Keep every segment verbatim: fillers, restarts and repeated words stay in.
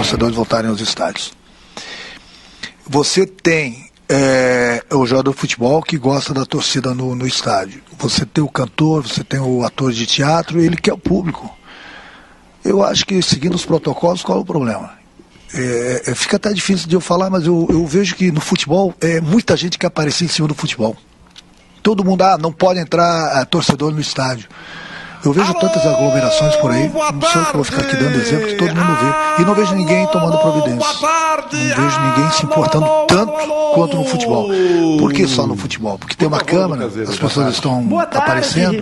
torcedores voltarem aos estádios. Você tem é, o jogador de futebol que gosta da torcida no, no estádio. Você tem o cantor, você tem o ator de teatro, ele quer o público. Eu acho que seguindo os protocolos, qual é o problema? É, é, fica até difícil de eu falar, mas eu, eu vejo que no futebol, é muita gente quer aparecer em cima do futebol. Todo mundo, ah, não pode entrar é, torcedor no estádio. Eu vejo Alô, tantas aglomerações por aí, não sei o que eu vou ficar aqui dando exemplo, que todo mundo vê. E não vejo ninguém tomando providências. Não vejo ninguém se importando tanto quanto no futebol. Por que só no futebol? Porque tem uma câmera, as pessoas estão aparecendo.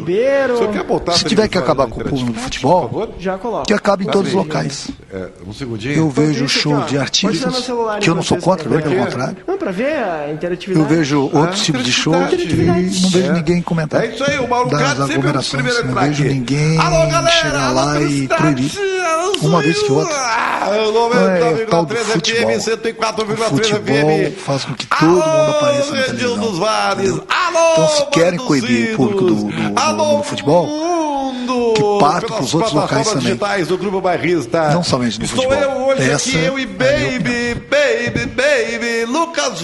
Se tiver que acabar com o público do futebol, que acabe em todos os locais. Eu vejo show de artistas, que eu não sou contra, bem pelo contrário. Não, para ver a interatividade. Eu vejo outros tipos de shows e não vejo ninguém comentar. É isso aí, o Mauro Cade sempre é o primeiro a entrar aqui. Ninguém Alô, galera, chegar lá e proibir uma vez que outra. noventa vírgula três F M, cento e quatro vírgula três F M. Faz com que todo mundo apareça na televisão. Dos Vales. Alô, então, se querem coibir o público do, do, do, do futebol, que parta para os outros locais também. Digitais do Grupo Bairrista. Não somente no Estou futebol. eu hoje Essa aqui, eu e Baby, Baby, Baby, Lucas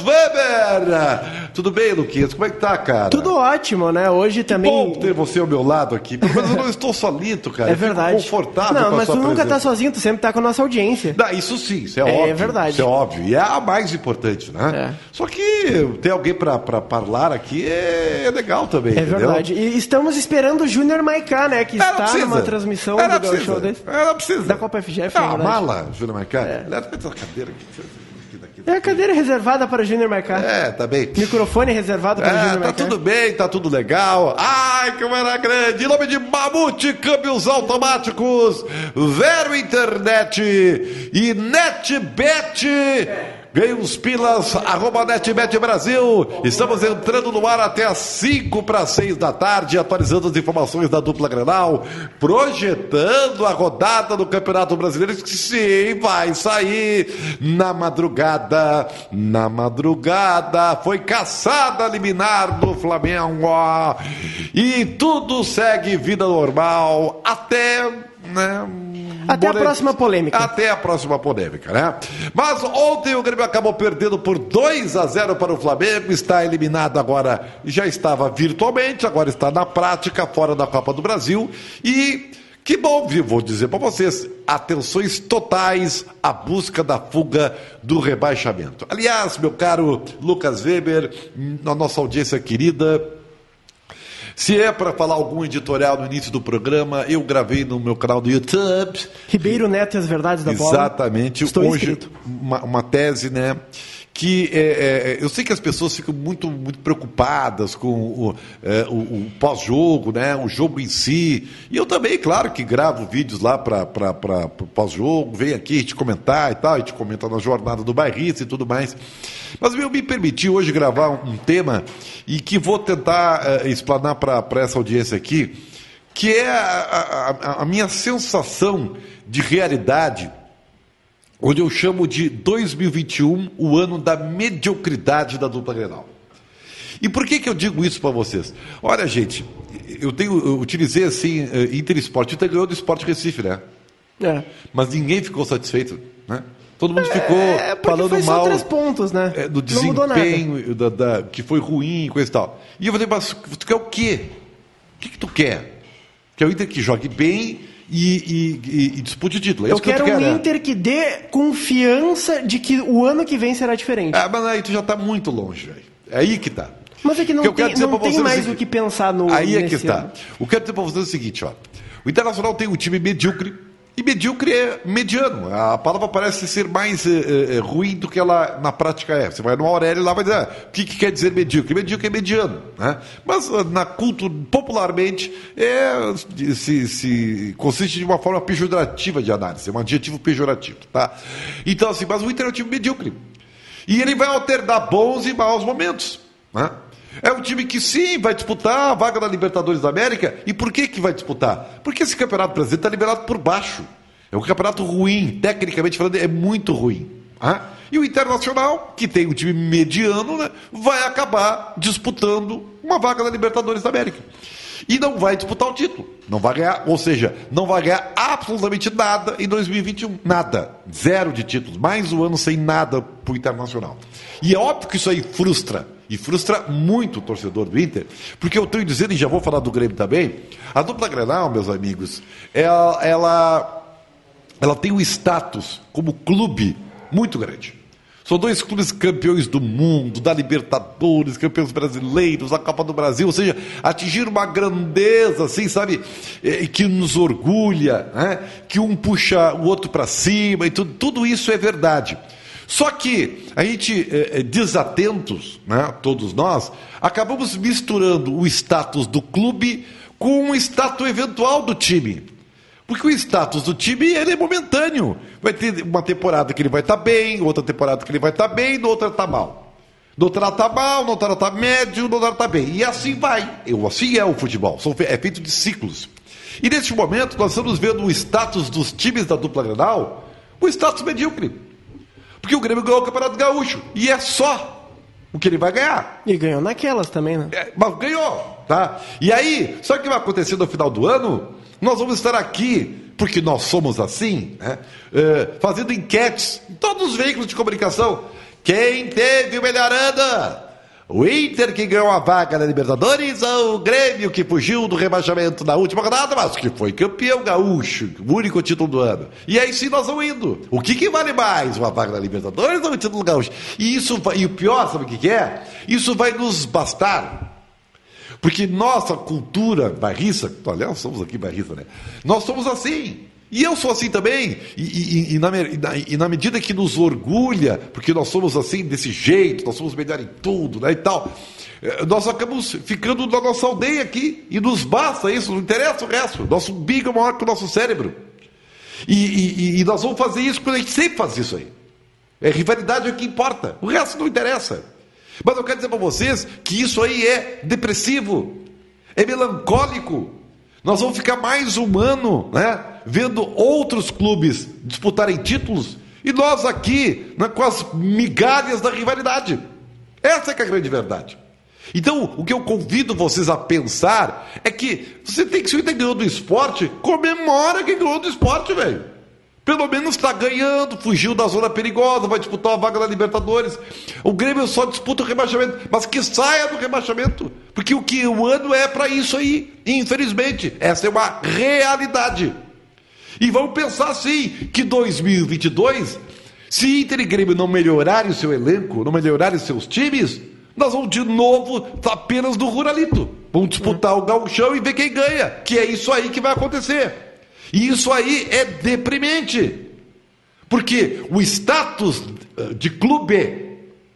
Weber. Tudo bem, Luquinhas? Como é que tá, cara? Tudo ótimo, né? Hoje também... Bom ter você ao meu lado aqui. Pelo menos eu não estou solito, cara. É verdade. Fico confortável não, com a mas sua tu nunca presença. tá sozinho, tu sempre tá com a nossa audiência. Não, isso sim, isso é, é óbvio. É verdade. Isso é óbvio. E é a mais importante, né? É. Só que ter alguém pra, pra falar aqui é, é legal também, É entendeu? verdade. E estamos esperando o Júnior Maiká, né? Que Ela está precisa. numa transmissão Ela do precisa. show desse. Ela precisa. Da Copa F G F, Ah, é a verdade. mala, Júnior Maiká. É. Aliás, põe essa cadeira aqui. É a cadeira reservada para o Júnior Maiká. É, tá bem. Microfone reservado para o É, Júnior tá Maiká. tudo bem, tá tudo legal. Ai, como era grande. Em nome de Mamute Câmbios Automáticos, Vero Internet e NetBet. Ganhe uns pilas, arroba NetBet Brasil. Estamos entrando no ar até às cinco para seis da tarde, atualizando as informações da dupla Grenal, projetando a rodada do Campeonato Brasileiro, que sim, vai sair na madrugada. Na madrugada, foi caçada a liminar do Flamengo. E tudo segue vida normal até... né? Até a próxima polêmica. Até a próxima polêmica, né? Mas ontem o Grêmio acabou perdendo por dois a zero para o Flamengo, está eliminado agora, já estava virtualmente, agora está na prática, fora da Copa do Brasil. E que bom, vou dizer para vocês, atenções totais à busca da fuga do rebaixamento. Aliás, meu caro Lucas Weber, na nossa audiência querida, se é para falar algum editorial no início do programa, eu gravei no meu canal do YouTube. Ribeiro Neto e as Verdades da Bola. Exatamente. Estou Hoje, inscrito. uma, uma tese, né? Que é, é, eu sei que as pessoas ficam muito, muito preocupadas com o, é, o, o pós-jogo, né? O jogo em si. E eu também, claro, que gravo vídeos lá para o pós-jogo, venho aqui te comentar e tal, a gente comenta na jornada do bairrista e tudo mais. Mas eu me permiti hoje gravar um, um tema e que vou tentar é, explanar para essa audiência aqui, que é a, a, a minha sensação de realidade, onde eu chamo de dois mil e vinte e um, o ano da mediocridade da dupla Grenal. E por que que eu digo isso para vocês? Olha, gente, eu, tenho, eu utilizei assim, Interesport, Inter ganhou do Sport Recife, né? É. Mas ninguém ficou satisfeito, né? Todo mundo ficou é, falando foi mal só três pontos, né? é, do Não mudou nada. desempenho, da, da, que foi ruim e coisa e tal. E eu falei, mas tu quer o quê? O que, que tu quer? Quer o Inter que jogue bem e, e, e, e dispute o título. É eu isso que quero tu quer, um né? Inter que dê confiança de que o ano que vem será diferente. Ah, mas aí tu já tá muito longe, velho. É aí que tá. Mas é que não que eu tem, quero dizer não pra tem vocês mais seguinte, o que pensar no Aí é que nesse está. ano. O que eu quero dizer para vocês é o seguinte, ó. O Internacional tem um time medíocre, e medíocre é mediano. A palavra parece ser mais é, é, ruim do que ela na prática é. Você vai no Aurélio lá e vai dizer, ah, o que, que quer dizer medíocre? Medíocre é mediano, né? Mas na cultura, popularmente, é, se, se consiste de uma forma pejorativa de análise, é um adjetivo pejorativo, tá? Então, assim, mas o Inter é um time medíocre. E ele vai alternar bons e maus momentos, né? É um time que sim, vai disputar a vaga da Libertadores da América. E por que que vai disputar? Porque esse campeonato brasileiro está liberado por baixo. É um campeonato ruim, tecnicamente falando, é muito ruim. Né? E o Internacional, que tem um time mediano, né, vai acabar disputando uma vaga da Libertadores da América. E não vai disputar o título. Não vai ganhar, ou seja, não vai ganhar absolutamente nada em dois mil e vinte e um. Nada. Zero de títulos. Mais um ano sem nada para o Internacional. E é óbvio que isso aí frustra. E frustra muito o torcedor do Inter. Porque eu estou dizendo, e já vou falar do Grêmio também, a dupla Grenal, meus amigos, ela, ela, ela tem um status como clube muito grande. São dois clubes campeões do mundo, da Libertadores, campeões brasileiros, da Copa do Brasil, ou seja, atingir uma grandeza, assim, sabe, que nos orgulha, né? Que um puxa o outro para cima, e tudo, tudo isso é verdade. Só que a gente, é, desatentos, né, todos nós, acabamos misturando o status do clube com o status eventual do time. Porque o status do time ele é momentâneo. Vai ter uma temporada que ele vai estar bem, outra temporada que ele vai estar bem, na outra está mal. Na outra está mal, na outra está médio, na outra está bem. E assim vai. Assim é o futebol. É feito de ciclos. E neste momento nós estamos vendo o status dos times da dupla Grenal, o status medíocre. Porque o Grêmio ganhou o Campeonato Gaúcho. E é só o que ele vai ganhar. E ganhou naquelas também, né? É, mas ganhou, tá? E aí, sabe o que vai acontecer no final do ano? Nós vamos estar aqui, porque nós somos assim, né? uh, fazendo enquetes em todos os veículos de comunicação. Quem teve o melhor ano? O Inter que ganhou a vaga na Libertadores ou o Grêmio que fugiu do rebaixamento na última rodada, mas que foi campeão gaúcho, o único título do ano. E aí sim nós vamos indo. O que, que vale mais, uma vaga na Libertadores ou o título gaúcho? E, isso, e o pior, sabe o que, que é? Isso vai nos bastar. Porque nossa cultura bairrista, aliás, somos aqui bairrista, né? Nós somos assim. E eu sou assim também. E, e, e, na, e, na, e na medida que nos orgulha, porque nós somos assim, desse jeito, nós somos melhor em tudo, né, e tal, nós acabamos ficando na nossa aldeia aqui. E nos basta isso, não interessa o resto. Nosso umbigo é maior que o nosso cérebro. E, e, e nós vamos fazer isso quando a gente sempre faz isso aí. É rivalidade é o que importa. O resto não interessa. Mas eu quero dizer para vocês que isso aí é depressivo, é melancólico. Nós vamos ficar mais um ano, né, vendo outros clubes disputarem títulos e nós aqui, né, com as migalhas da rivalidade. Essa é que é a grande verdade. Então, o que eu convido vocês a pensar é que você tem que, se o Inter ganhou do esporte, comemora que ganhou do esporte, velho. Pelo menos está ganhando, fugiu da zona perigosa, vai disputar a vaga da Libertadores. O Grêmio só disputa o rebaixamento, mas que saia do rebaixamento, porque o que o ano é para isso aí, infelizmente. Essa é uma realidade. E vamos pensar assim, que dois mil e vinte e dois, se Inter e Grêmio não melhorarem o seu elenco, não melhorarem os seus times, nós vamos de novo apenas no Ruralito. Vamos disputar o gauchão e ver quem ganha, que é isso aí que vai acontecer. E isso aí é deprimente, porque o status de clube,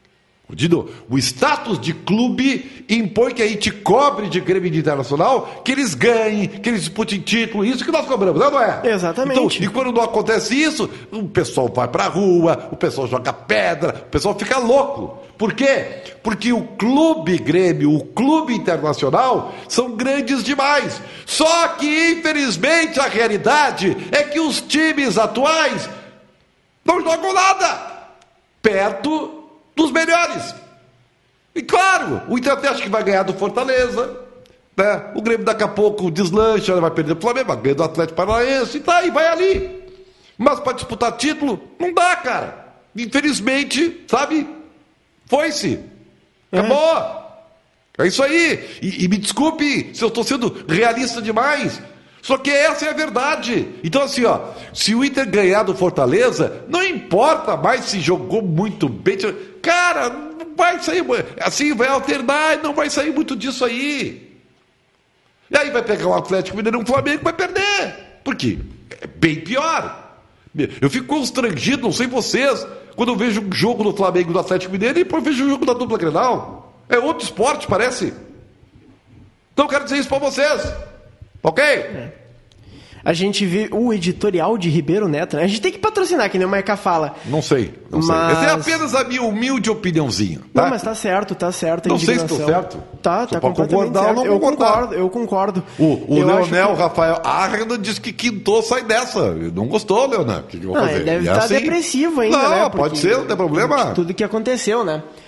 o status de clube impõe que a gente cobre de Grêmio Internacional, que eles ganhem, que eles disputem título, isso que nós cobramos, não é? Exatamente. Então, e quando não acontece isso, o pessoal vai pra rua, o pessoal joga pedra, o pessoal fica louco. Por quê? Porque o clube Grêmio, o clube Internacional, são grandes demais. Só que, infelizmente, a realidade é que os times atuais não jogam nada perto dos melhores. E claro, o Inter até acha que vai ganhar do Fortaleza, né? O Grêmio daqui a pouco deslancha, vai perder do Flamengo, vai ganhar do Atlético Paranaense, e tá, e vai ali. Mas para disputar título, não dá, cara. Infelizmente, sabe, foi-se. Acabou. É, é isso aí. E, e me desculpe se eu estou sendo realista demais, só que essa é a verdade. Então assim, ó, se o Inter ganhar do Fortaleza, não importa mais se jogou muito bem. Cara, não vai sair, assim, vai alternar e não vai sair muito disso aí. E aí vai pegar um Atlético Mineiro e um Flamengo e vai perder. Por quê? É bem pior. Eu fico constrangido, não sei vocês, quando eu vejo um jogo do Flamengo e do Atlético Mineiro e depois vejo o jogo da dupla Grenal. É outro esporte, parece. Então eu quero dizer isso para vocês. Ok? É. A gente vê o editorial de Ribeiro Neto, né? A gente tem que patrocinar, que nem o Maica fala. Não sei, não mas... sei. Essa é apenas a minha humilde opiniãozinha. Tá? Não, mas tá certo, tá certo. Não sei se estou certo. Tá, Só tá completamente concordar certo. ou não eu concordar. concordo, eu concordo. O, o eu Leonel que... Rafael Arrenda disse que quintou sai dessa. Não gostou, Leonel. O que, que eu vou não, fazer? ele deve e estar assim... depressivo ainda, não, né? Não, pode ser, não tem problema. Tudo que aconteceu, né?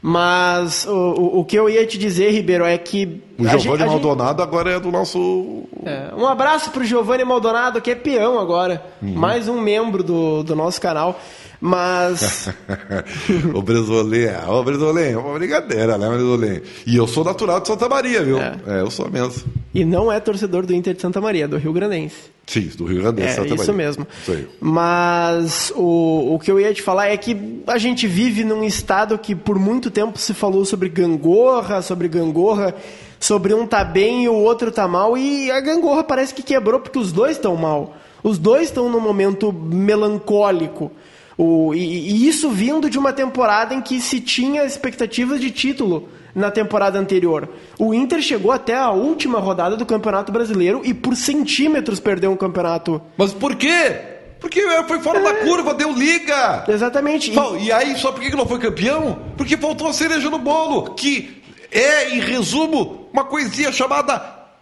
Mas o, o, o que eu ia te dizer, Ribeiro, é que... O Giovanni Maldonado gente... agora é do nosso... É, um abraço pro Giovanni Maldonado, que é peão agora. Uhum. Mais um membro do, do nosso canal. Mas... o Bresolim, o Bresolim, é uma brincadeira, né, Bresolim? E eu sou natural de Santa Maria, viu? É, é eu sou mesmo. E não é torcedor do Inter de Santa Maria, do Rio Grandense. Sim, do Rio Grandense, é, Santa isso Maria. Mesmo. Isso mesmo. Mas o, o que eu ia te falar é que a gente vive num estado que por muito tempo se falou sobre gangorra, sobre gangorra, sobre um tá bem e o outro tá mal, e a gangorra parece que quebrou porque os dois estão mal. Os dois estão num momento melancólico. O, e, e isso vindo de uma temporada em que se tinha expectativas de título na temporada anterior. O Inter chegou até a última rodada do Campeonato Brasileiro e por centímetros perdeu um campeonato. Mas por quê? Porque foi fora é. da curva, deu liga. Exatamente. E, e aí, só por que não foi campeão? Porque faltou a cereja no bolo, que é, em resumo, uma coisinha chamada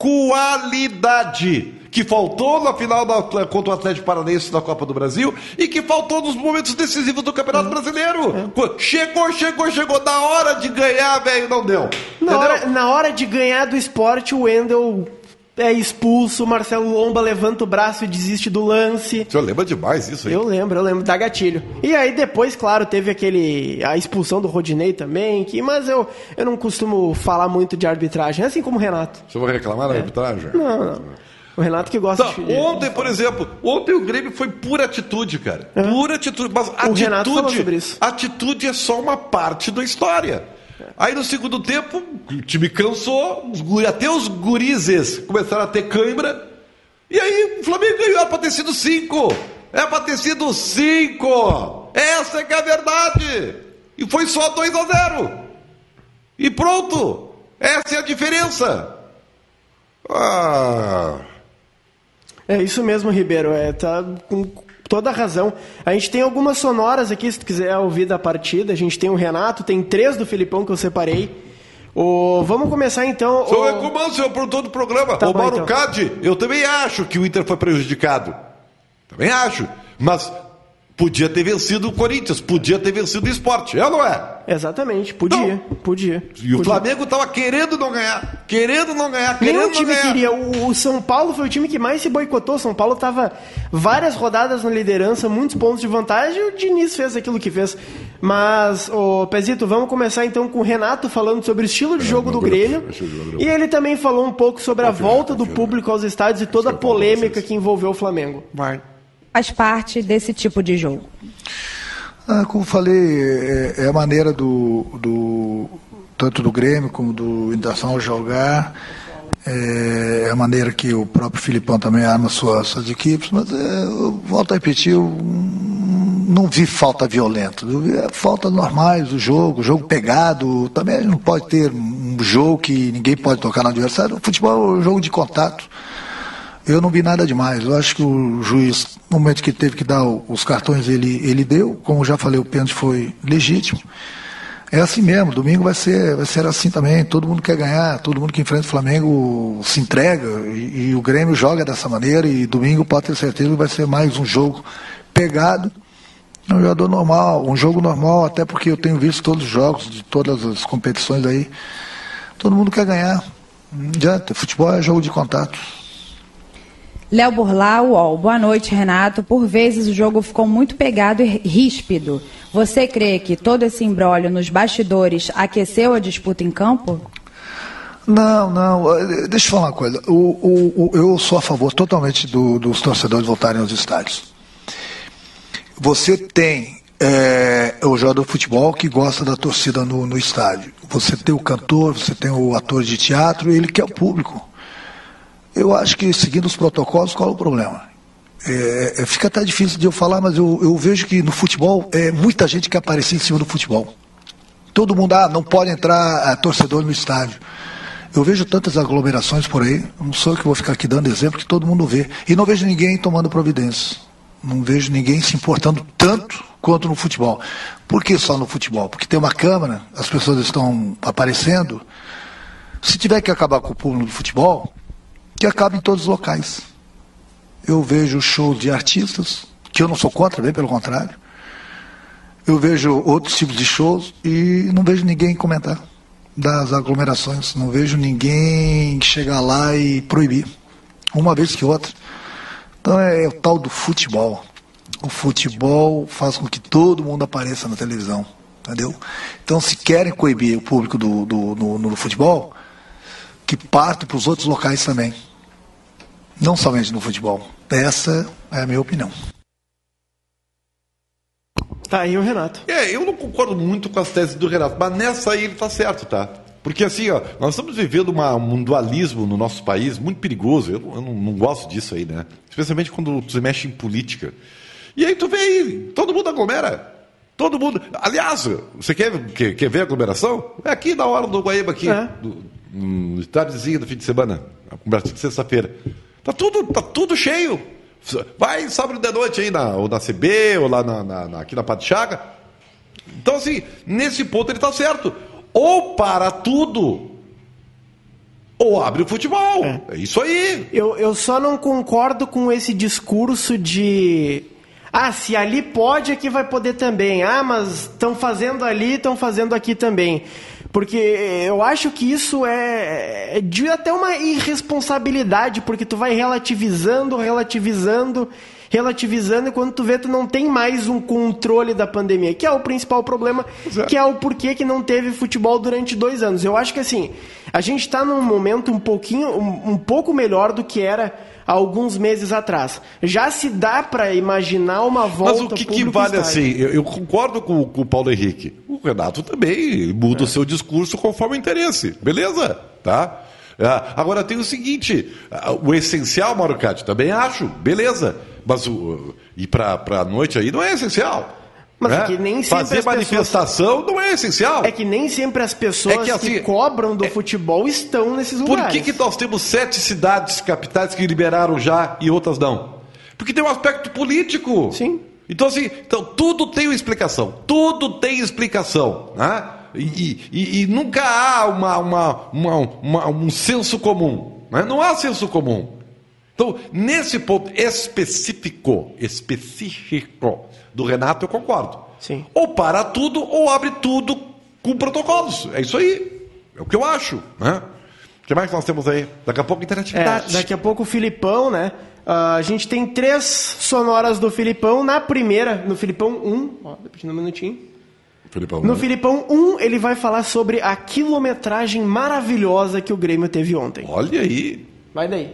qualidade, que faltou na final da, contra o Atlético Paranaense da Copa do Brasil e que faltou nos momentos decisivos do Campeonato é. Brasileiro. É. Chegou, chegou, chegou. Na hora de ganhar, velho, não deu. Na hora, na hora de ganhar do Sport, o Wendel é expulso, o Marcelo Lomba levanta o braço e desiste do lance. O senhor lembra demais isso aí? Eu lembro, eu lembro, dá gatilho. E aí depois, claro, teve aquele a expulsão do Rodinei também, que, mas eu, eu não costumo falar muito de arbitragem, assim como o Renato. O senhor vai reclamar da é. arbitragem? Não, não. O Renato que gosta tá, de... Ontem, por exemplo, ontem o Grêmio foi pura atitude, cara. É. Pura atitude. Mas o atitude, Renato falou sobre isso. Atitude é só uma parte da história. É. Aí no segundo tempo, o time cansou, os guri, até os gurizes começaram a ter cãibra. E aí o Flamengo ganhou, era pra ter sido cinco. É pra ter sido cinco. Essa é que é a verdade. E foi só dois a zero. E pronto. Essa é a diferença. Ah... É isso mesmo, Ribeiro, é, tá com toda a razão. A gente tem algumas sonoras aqui, se tu quiser ouvir da partida. A gente tem o Renato, tem três do Filipão que eu separei. O... Vamos começar então... Sou o... é comando, senhor produtor do programa. Tá o Mauro então. Cade, eu também acho que o Inter foi prejudicado. Também acho, mas... Podia ter vencido o Corinthians, podia ter vencido o Sport, é ou não é? Exatamente, podia, não. podia. E podia. o Flamengo estava querendo não ganhar, querendo não ganhar, querendo Nenhum time não ganhar. queria. O, o São Paulo foi o time que mais se boicotou. São Paulo estava várias rodadas na liderança, muitos pontos de vantagem, e o Diniz fez aquilo que fez. Mas, ô Pezito, vamos começar então com o Renato falando sobre o estilo de jogo do Grêmio. E ele também falou um pouco sobre a volta do público aos estádios e toda a polêmica que envolveu o Flamengo. Vai. Faz parte desse tipo de jogo? Ah, como falei, é, é a maneira do, do tanto do Grêmio como do Internacional jogar, é, é a maneira que o próprio Filipão também arma suas, suas equipes, mas é, eu volto a repetir, eu não vi falta violenta, eu vi faltas normais do jogo, jogo pegado, também não pode ter um jogo que ninguém pode tocar no adversário, o futebol é um jogo de contato. Eu não vi nada demais. Eu acho que o juiz, no momento que teve que dar os cartões, ele, ele deu. Como já falei, o pênalti foi legítimo. É assim mesmo, domingo vai ser, vai ser assim também. Todo mundo quer ganhar, todo mundo que enfrenta o Flamengo se entrega. E, e o Grêmio joga dessa maneira. E domingo pode ter certeza que vai ser mais um jogo pegado. É um jogador normal, um jogo normal, até porque eu tenho visto todos os jogos de todas as competições aí. Todo mundo quer ganhar. Não adianta, futebol é jogo de contato. Léo Burlau, U O L. Boa noite, Renato. Por vezes o jogo ficou muito pegado e ríspido. Você crê que todo esse imbróglio nos bastidores aqueceu a disputa em campo? Não, não. Deixa eu falar uma coisa. O, o, o, eu sou a favor totalmente do, dos torcedores voltarem aos estádios. Você tem é, o jogador de futebol que gosta da torcida no, no estádio. Você tem o cantor, você tem o ator de teatro, ele quer o público. Eu acho que, seguindo os protocolos, qual é o problema? É, é, fica até difícil de eu falar, mas eu, eu vejo que no futebol, é muita gente quer aparecer em cima do futebol. Todo mundo, ah, não pode entrar ah, torcedor no estádio. Eu vejo tantas aglomerações por aí, não sou eu que vou ficar aqui dando exemplo, que todo mundo vê. E não vejo ninguém tomando providências. Não vejo ninguém se importando tanto quanto no futebol. Por que só no futebol? Porque tem uma câmera, as pessoas estão aparecendo. Se tiver que acabar com o público do futebol, que acaba em todos os locais. Eu vejo shows de artistas, que eu não sou contra, bem pelo contrário. eu vejo outros tipos de shows e não vejo ninguém comentar das aglomerações, não vejo ninguém chegar lá e proibir, uma vez que outra. Então é o tal do futebol. O futebol faz com que todo mundo apareça na televisão, entendeu? Então, se querem coibir o público do, do, no, no futebol, que partam para os outros locais também, não somente no futebol. Essa é a minha opinião. Tá aí o Renato. É, eu não concordo muito com as teses do Renato, mas nessa aí ele tá certo, tá? Porque assim, ó, nós estamos vivendo uma, um dualismo no nosso país muito perigoso. Eu, eu não, não gosto disso aí, né? Especialmente quando você mexe em política. E aí tu vê aí, todo mundo aglomera. Todo mundo. Aliás, você quer, quer, quer ver a aglomeração? É aqui na hora do Guaíba, aqui, é. do, no tardezinho do fim de semana, a conversa de sexta-feira. Tá tudo, tá tudo cheio. Vai sábado de noite aí na, ou na C B, ou lá na, na, na, aqui na Padichaga. Então, assim, nesse ponto ele tá certo. Ou para tudo, ou abre o futebol. É, é isso aí. Eu, eu só não concordo com esse discurso de... Ah, se ali pode, aqui vai poder também. Ah, mas estão fazendo ali, estão fazendo aqui também. Porque eu acho que isso é, é de até uma irresponsabilidade, porque tu vai relativizando, relativizando, relativizando, e quando tu vê, tu não tem mais um controle da pandemia, que é o principal problema, é. que é o porquê que não teve futebol durante dois anos. Eu acho que assim, a gente está num momento um pouquinho, um, um pouco melhor do que era há alguns meses atrás. Já se dá para imaginar uma volta. Mas o que, que vale assim? Eu, eu concordo com, com o Paulo Henrique. O Renato também muda é. o seu discurso conforme o interesse. Beleza? Tá? Agora tem o seguinte, o essencial, Mauro Cati, também acho, beleza. Mas o, ir para a noite aí não é essencial. Mas é? é que nem sempre fazer as manifestação pessoas... não é essencial. É que nem sempre as pessoas é que, assim, que cobram do é... futebol estão nesses lugares. Por que, que nós temos sete cidades capitais que liberaram já e outras não? Porque tem um aspecto político. Sim. Então, assim, então, tudo tem uma explicação. Tudo tem explicação. Né? E, e, e nunca há uma, uma, uma, uma, um senso comum. Né? Não há senso comum. Então, nesse ponto específico, específico do Renato, eu concordo. Sim. Ou para tudo, ou abre tudo com protocolos. É isso aí. É o que eu acho. Né? O que mais nós temos aí? Daqui a pouco, interatividade. É, daqui a pouco o Filipão, né? Uh, a gente tem três sonoras do Filipão. Na primeira, no Filipão um, ó, um minutinho. Filipão, no né? Filipão um, ele vai falar sobre a quilometragem maravilhosa que o Grêmio teve ontem. Olha aí. Vai daí.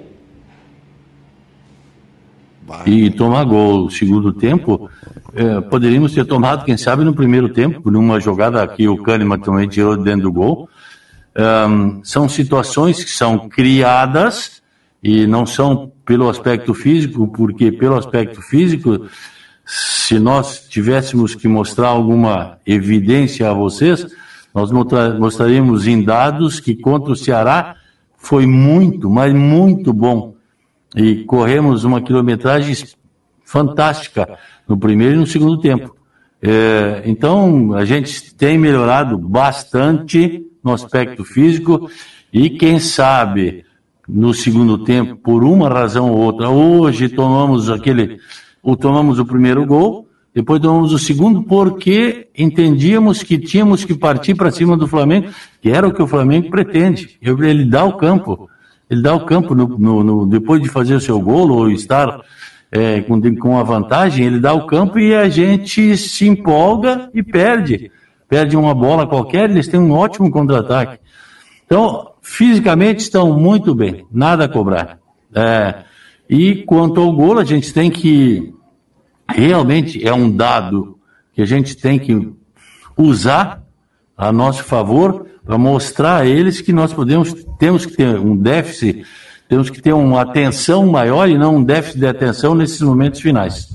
Vai. E tomar gol no segundo tempo, é, poderíamos ter tomado, quem sabe, no primeiro tempo, numa jogada que o Kahneman também tirou dentro do gol. Um, são situações que são criadas e não são pelo aspecto físico, porque pelo aspecto físico, se nós tivéssemos que mostrar alguma evidência a vocês, nós mostraríamos em dados que contra o Ceará foi muito, mas muito bom. E corremos uma quilometragem fantástica no primeiro e no segundo tempo. É, então, a gente tem melhorado bastante no aspecto físico e, quem sabe, no segundo tempo, por uma razão ou outra, hoje tomamos aquele, ou tomamos o primeiro gol, depois tomamos o segundo porque entendíamos que tínhamos que partir para cima do Flamengo, que era o que o Flamengo pretende. Ele dá o campo. Ele dá o campo no, no, no, depois de fazer o seu gol ou estar é, com, com a vantagem, ele dá o campo e a gente se empolga e perde. Perde uma bola qualquer, eles têm um ótimo contra-ataque. Então, fisicamente estão muito bem, nada a cobrar. É, e quanto ao gol, a gente tem que, realmente é um dado que a gente tem que usar a nosso favor, para mostrar a eles que nós podemos, temos que ter um déficit, temos que ter uma atenção maior e não um déficit de atenção nesses momentos finais.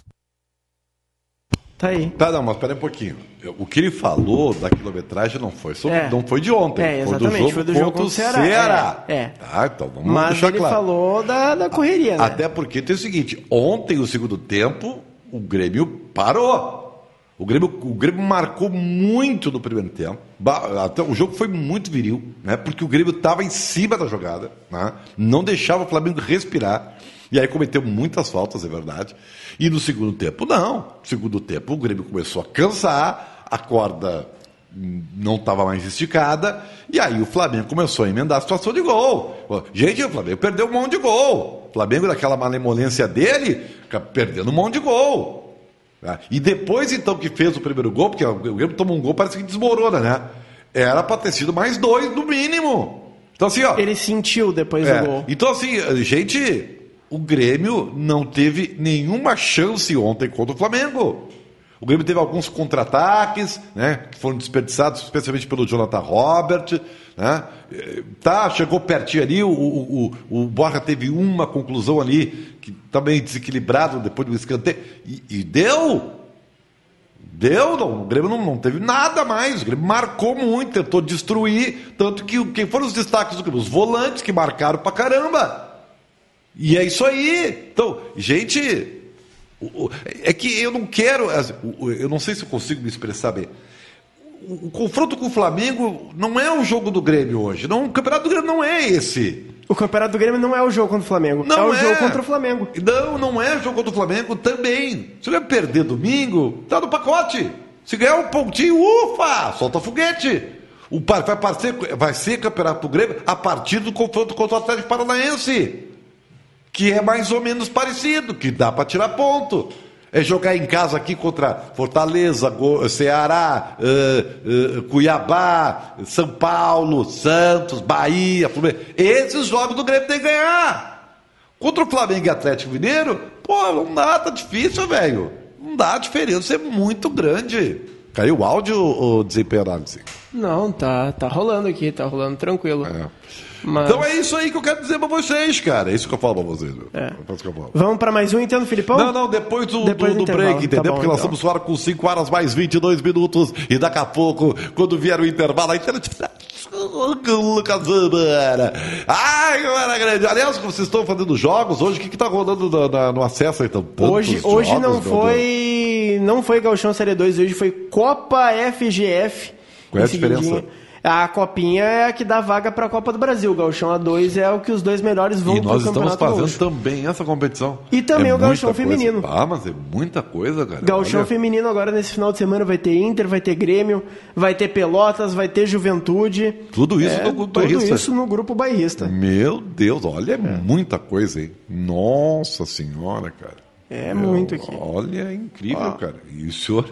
Tá aí. Tá, não, mas espera um pouquinho. O que ele falou da quilometragem não foi, sobre, é. não foi de ontem. É, exatamente, foi do jogo, foi do jogo contra o Ceará. Ceará. É, é. Tá, então vamos mas deixar ele claro. falou da, da correria, né? Até porque tem o seguinte, ontem, o segundo tempo, o Grêmio parou. O Grêmio, o Grêmio marcou muito no primeiro tempo. Até o jogo foi muito viril, né? Porque o Grêmio estava em cima da jogada, né? Não deixava o Flamengo respirar. E aí cometeu muitas faltas, é verdade. E no segundo tempo, não. No segundo tempo, o Grêmio começou a cansar. a corda não estava mais esticada, e aí o Flamengo começou a emendar a situação de gol. Gente, o Flamengo perdeu um monte de gol. O Flamengo, daquela malemolência dele, perdendo um monte de gol. E depois, então, que fez o primeiro gol, porque o Grêmio tomou um gol, parece que desmorona, né? Era para ter sido mais dois, no mínimo. Então, assim, ó... Ele sentiu depois é, do gol. Então, assim, gente, o Grêmio não teve nenhuma chance ontem contra o Flamengo. O Grêmio teve alguns contra-ataques, né, que foram desperdiçados, especialmente pelo Jonathan Robert, né? Tá, chegou pertinho ali, o, o, o, o Borja teve uma conclusão ali, que também desequilibrado depois do escanteio, e, e deu, deu, não, o Grêmio não, não teve nada mais, o Grêmio marcou muito, tentou destruir, tanto que quem foram os destaques do Grêmio? Os volantes que marcaram pra caramba, e é isso aí. Então, gente... É que eu não quero, eu não sei se eu consigo me expressar bem. O confronto com o Flamengo não é o jogo do Grêmio hoje. Não, o campeonato do Grêmio não é esse. O campeonato do Grêmio não é o jogo contra o Flamengo. Não é o é. jogo contra o Flamengo. Não, não é o jogo contra o Flamengo também. Se ele perder domingo, tá no pacote. Se ganhar um pontinho, ufa, solta foguete. O, vai, ser, vai ser campeonato do Grêmio a partir do confronto contra o Atlético Paranaense, que é mais ou menos parecido, que dá para tirar ponto. É jogar em casa aqui contra Fortaleza, Ceará, uh, uh, Cuiabá, São Paulo, Santos, Bahia, Fluminense. Esses jogos do Grêmio tem que ganhar. Contra o Flamengo e Atlético Mineiro, pô, não dá, tá difícil, velho. Não dá, a diferença é muito grande. Caiu o áudio ou desempenho análise? Não, tá, tá rolando aqui, tá rolando tranquilo. É. Mas... Então é isso aí que eu quero dizer pra vocês, cara. É isso que eu falo pra vocês. É. É isso que eu falo. Vamos pra mais um, então, Filipão? Não, não, depois do, depois do, do break, entendeu? Tá bom, Porque nós então. estamos fora com cinco horas mais vinte e dois minutos. E daqui a pouco, quando vier o intervalo, a internet... Lucas Weber. Ai, galera grande. Aliás, vocês estão fazendo jogos hoje, o que está rolando na, na, no acesso aí? Então, hoje hoje jogos, não foi não foi Gauchão Série dois, hoje foi Copa F G F. Qual é a diferença? A copinha é a que dá vaga para a Copa do Brasil. O Gauchão A dois é o que os dois melhores vão para o Campeonato Gaúcho. E nós estamos fazendo Gaúcho. também essa competição. E também é o Gauchão Feminino. Coisa. Ah, mas é muita coisa, cara. Gauchão Olha. Feminino agora nesse final de semana vai ter Inter, vai ter Grêmio, vai ter Pelotas, vai ter Juventude. Tudo isso é, no grupo tudo bairrista. isso no grupo bairrista. Meu Deus, olha, é muita coisa, hein? Nossa Senhora, cara. É Meu, muito aqui. Olha, é incrível, Ó. cara. E o senhor...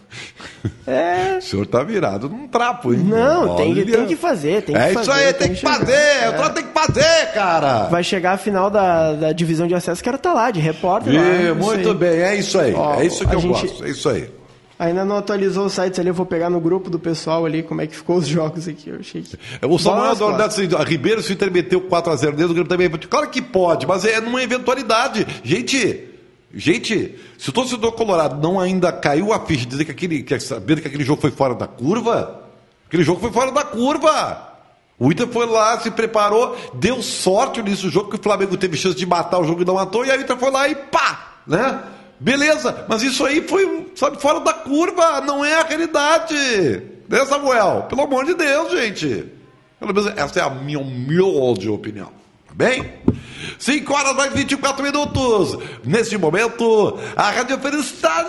É. O senhor tá virado num trapo, hein? Não, tem, Olha. tem que fazer, tem que É fazer. isso aí, tem que chegar. fazer, É. o senhor tem que fazer, cara. Vai chegar a final da, da divisão de acesso, quero estar lá, de repórter. Vê, lá, isso muito aí. bem, é isso aí. Ó, é isso que a eu gente- gosto, é isso aí. Ainda não atualizou os sites ali, eu vou pegar no grupo do pessoal ali como é que ficou os jogos aqui. Eu achei que... O Samuel Nossa, Adornato, assim, a Ribeiro se intermeteu quatro a zero dentro do Grêmio também. Claro que pode, mas é numa eventualidade. Gente, gente, se o torcedor colorado não ainda caiu a ficha de dizer que aquele, que, sabendo que aquele jogo foi fora da curva, aquele jogo foi fora da curva. O Inter foi lá, se preparou, deu sorte nisso jogo, que o Flamengo teve chance de matar o jogo e não matou, e aí o Inter foi lá e pá, né? Beleza, mas isso aí foi, sabe, fora da curva, não é a realidade. Né, Samuel? Pelo amor de Deus, gente. Pelo menos essa é a minha humilde opinião. Tá bem? cinco horas mais vinte e quatro minutos. Neste momento, a Rádio Feliz está...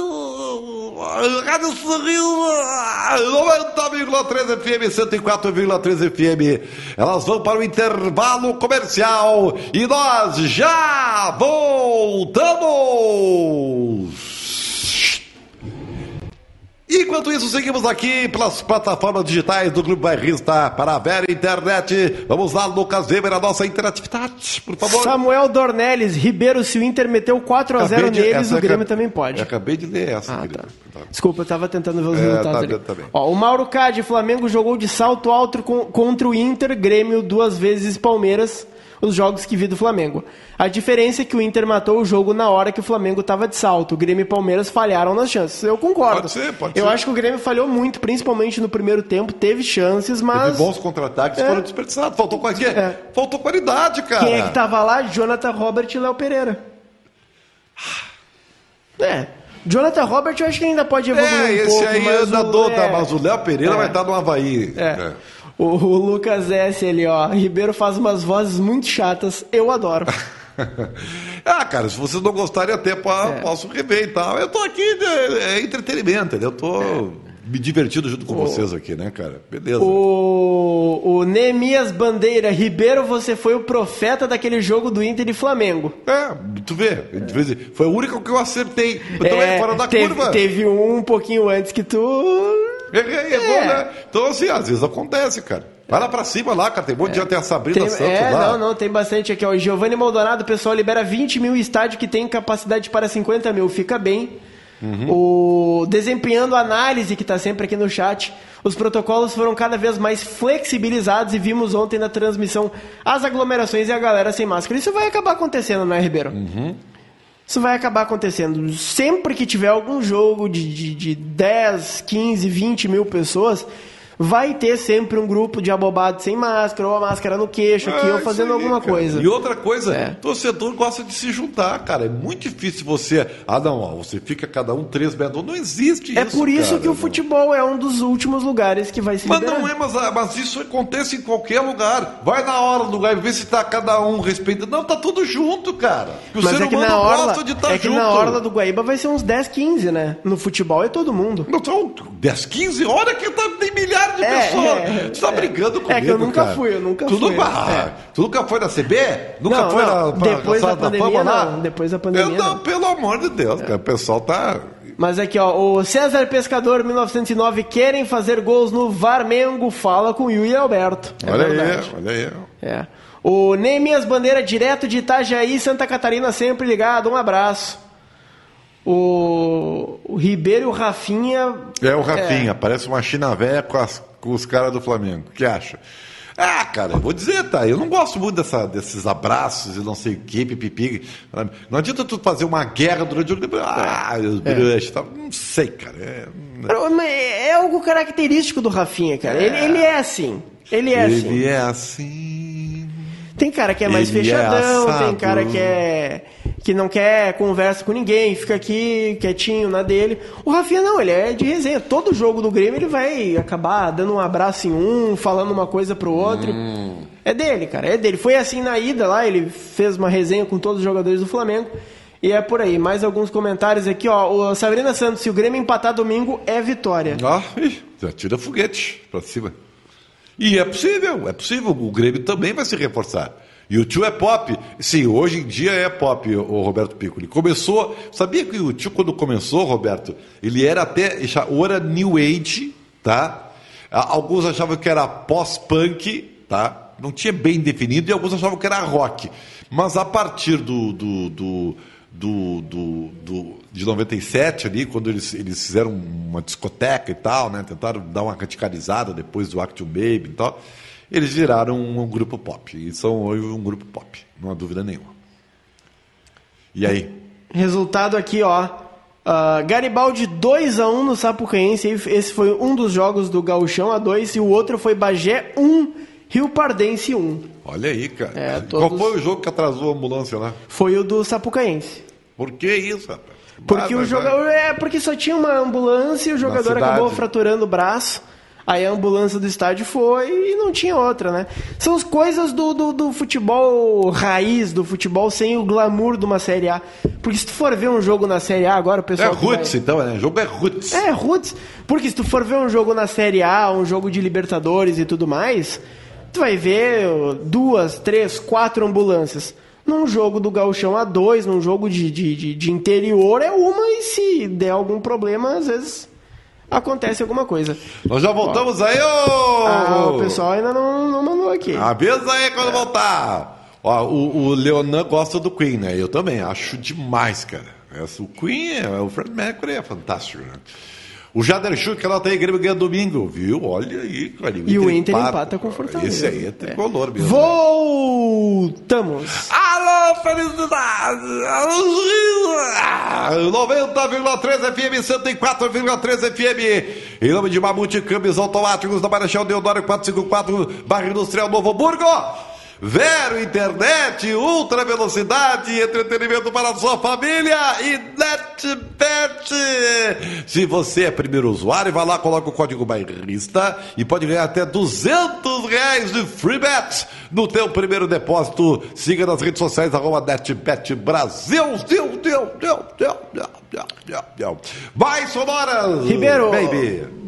A Rádio Sorriso noventa vírgula três F M, cento e quatro vírgula três F M. Elas vão para o intervalo comercial e nós já voltamos. Enquanto isso, seguimos aqui pelas plataformas digitais do Grupo Bairrista para a Vera Internet. Vamos lá, Lucas Weber, a nossa interatividade, por favor. Samuel Dornelles, Ribeiro, se o Inter meteu quatro a zero Acabei de- neles, essa o eu Grêmio acabei- também pode. Eu acabei de ler essa, Ah, querido. tá. Desculpa, eu tava tentando ver os É, resultados tá ali. bem, tá bem. Ó, o Mauro Cade, Flamengo jogou de salto alto com- contra o Inter, Grêmio duas vezes Palmeiras, os jogos que vi do Flamengo. A diferença é que o Inter matou o jogo na hora que o Flamengo tava de salto. O Grêmio e Palmeiras falharam nas chances. Eu concordo. Pode ser, pode Eu ser. acho que o Grêmio falhou muito, principalmente no primeiro tempo, teve chances, mas... Teve bons contra-ataques, É. foram desperdiçados. Faltou qualquer... É. Faltou qualidade, cara. Quem é que tava lá? Jonathan Robert e Léo Pereira. É. Jonathan Robert eu acho que ainda pode evoluir É, um esse pouco, aí mas anda o- do, é. mas o Léo Pereira É. vai estar no Havaí. É. O, o Lucas S. ali, ó. Ribeiro faz umas vozes muito chatas. Eu adoro. Ah, cara, se vocês não gostarem, até pa- É. posso rever e tal. Eu tô aqui, é, é entretenimento, entendeu? Eu tô me divertido junto com o... vocês aqui, né, cara? Beleza. O, o Neemias Bandeira, Ribeiro, você foi o profeta daquele jogo do Inter e Flamengo. É, tu vê. É. Foi o único que eu acertei. Então é, fora da teve, curva. Teve um um pouquinho antes que tu... Errei, é. errou, né? Então, assim, às vezes acontece, cara. Vai lá pra cima lá, cara. Tem um monte de gente, tem a Sabrina tem, Santos é, lá. Não, não, tem bastante aqui, ó. O Giovanni Maldonado, o pessoal libera vinte mil estádio que tem capacidade para cinquenta mil. Fica bem. Uhum. O Desempenhando Análise, que está sempre aqui no chat, os protocolos foram cada vez mais flexibilizados e vimos ontem na transmissão as aglomerações e a galera sem máscara. Isso vai acabar acontecendo, não é, Ribeiro? Uhum. Isso vai acabar acontecendo. Sempre que tiver algum jogo de, de, de dez, quinze, vinte mil pessoas, vai ter sempre um grupo de abobados sem máscara, ou a máscara no queixo aqui, é, ou fazendo aí, alguma cara. coisa. E outra coisa, é. torcedor gosta de se juntar, cara. É muito difícil você... Ah, não, ó, você fica cada um três metros. Não existe é isso, É por isso cara, que o não. futebol é um dos últimos lugares que vai se Mas liberar. não é, mas, mas isso acontece em qualquer lugar. Vai na hora do lugar e vê se tá cada um respeitando. Não, tá tudo junto, cara. O mas ser é que humano na orla, gosta de estar é que junto. na orla do Guaíba vai ser uns dez, quinze, né? No futebol é todo mundo. Não, são dez, quinze horas que tá, tem milhares de é, pessoas. É, tu tá é. brincando comigo, É que eu nunca cara. fui, eu nunca tu fui. Nunca, é. Tu nunca foi na C B? Nunca não, foi não. na pra, Depois na da pandemia, fama, lá? não. Depois da pandemia, eu, não, não. Pelo amor de Deus, é. cara. O pessoal tá... Mas aqui, ó, o César Pescador, mil novecentos e nove, querem fazer gols no Varmengo, fala com o Yuri e Alberto. É olha verdade. aí, olha aí. É. O Neemias Bandeira, direto de Itajaí, Santa Catarina, sempre ligado, um abraço. O, o Ribeiro e o Rafinha... É o Rafinha, é. Parece uma china velha com, as, com os caras do Flamengo. O que acha? Ah, cara, eu vou dizer, tá? Eu não gosto muito dessa, desses abraços e não sei o que, pipipi. Não adianta tu fazer uma guerra durante o... Ah, é. tá, não sei, cara. É... é algo característico do Rafinha, cara. É. Ele, ele é assim. Ele é ele assim. Ele é assim... Tem cara que é mais ele fechadão, é tem cara que é... que não quer conversa com ninguém, fica aqui quietinho na dele. O Rafinha não, ele é de resenha. Todo jogo do Grêmio ele vai acabar dando um abraço em um, falando uma coisa pro outro. Hum. É dele, cara, é dele. Foi assim na ida lá, ele fez uma resenha com todos os jogadores do Flamengo. E é por aí. Mais alguns comentários aqui, ó. O Sabrina Santos, se o Grêmio empatar domingo, é vitória. Ah, já tira foguete pra cima. E é possível, é possível. O Grêmio também vai se reforçar. E o tio é pop. Sim, hoje em dia é pop, o Roberto Piccoli. Começou... Sabia que o tio, quando começou, Roberto, ele era até... Ou era New Age, tá? Alguns achavam que era pós-punk, tá? Não tinha bem definido, e alguns achavam que era rock. Mas a partir do... do, do Do, do, do, de noventa e sete ali, quando eles, eles fizeram uma discoteca e tal, né? Tentaram dar uma radicalizada depois do Act Baby e tal, eles viraram um, um grupo pop, e são hoje um grupo pop, não há dúvida nenhuma. E aí? Resultado aqui, ó, uh, Garibaldi dois a um no Sapucaense. Esse foi um dos jogos do Gauchão, a dois, e o outro foi Bagé um, Rio Pardense um. Olha aí, cara. É, todos... Qual foi o jogo que atrasou a ambulância lá? Foi o do Sapucaense. Por que isso, rapaz? Porque vai, o jogador é porque só tinha uma ambulância e o jogador acabou fraturando o braço. Aí a ambulância do estádio foi e não tinha outra, né? São as coisas do, do, do futebol raiz, do futebol sem o glamour de uma Série A. Porque se tu for ver um jogo na Série A agora, o pessoal... É roots, vai... então, né? O jogo é roots. É, roots. Porque se tu for ver um jogo na Série A, um jogo de Libertadores e tudo mais, tu vai ver duas, três, quatro ambulâncias. Num jogo do Gauchão A dois, num jogo de, de, de, de interior, é uma, e se der algum problema, às vezes acontece alguma coisa. Nós já voltamos. Ó, aí, ô! Ah, o pessoal ainda não, não mandou aqui. Avisa aí quando é. voltar. Ó, o, o Leonan gosta do Queen, né? Eu também, acho demais, cara. O Queen, é, o Fred Mercury é fantástico, né? O Jader Schuch, que ela tem Grêmio ganha domingo, viu? Olha aí, cara. E o Inter empata, empata com o Fortaleza. Esse aí é tricolor é. mesmo. Voltamos! Alô, felicidade! noventa vírgula três F M, cento e quatro vírgula três F M. Em nome de Mamute, câmbios automáticos da Marechal Deodoro quatrocentos e cinquenta e quatro, Bairro Industrial Novo Hamburgo. Vero Internet, ultra velocidade, entretenimento para a sua família e NetBet. Se você é primeiro usuário, vai lá, coloca o código bairrista e pode ganhar até duzentos reais de free bet no teu primeiro depósito. Siga nas redes sociais, arroba NetBet Brasil. Deu, deu, deu, deu, deu, deu, deu. Vai, Sonoras! Ribeiro, baby.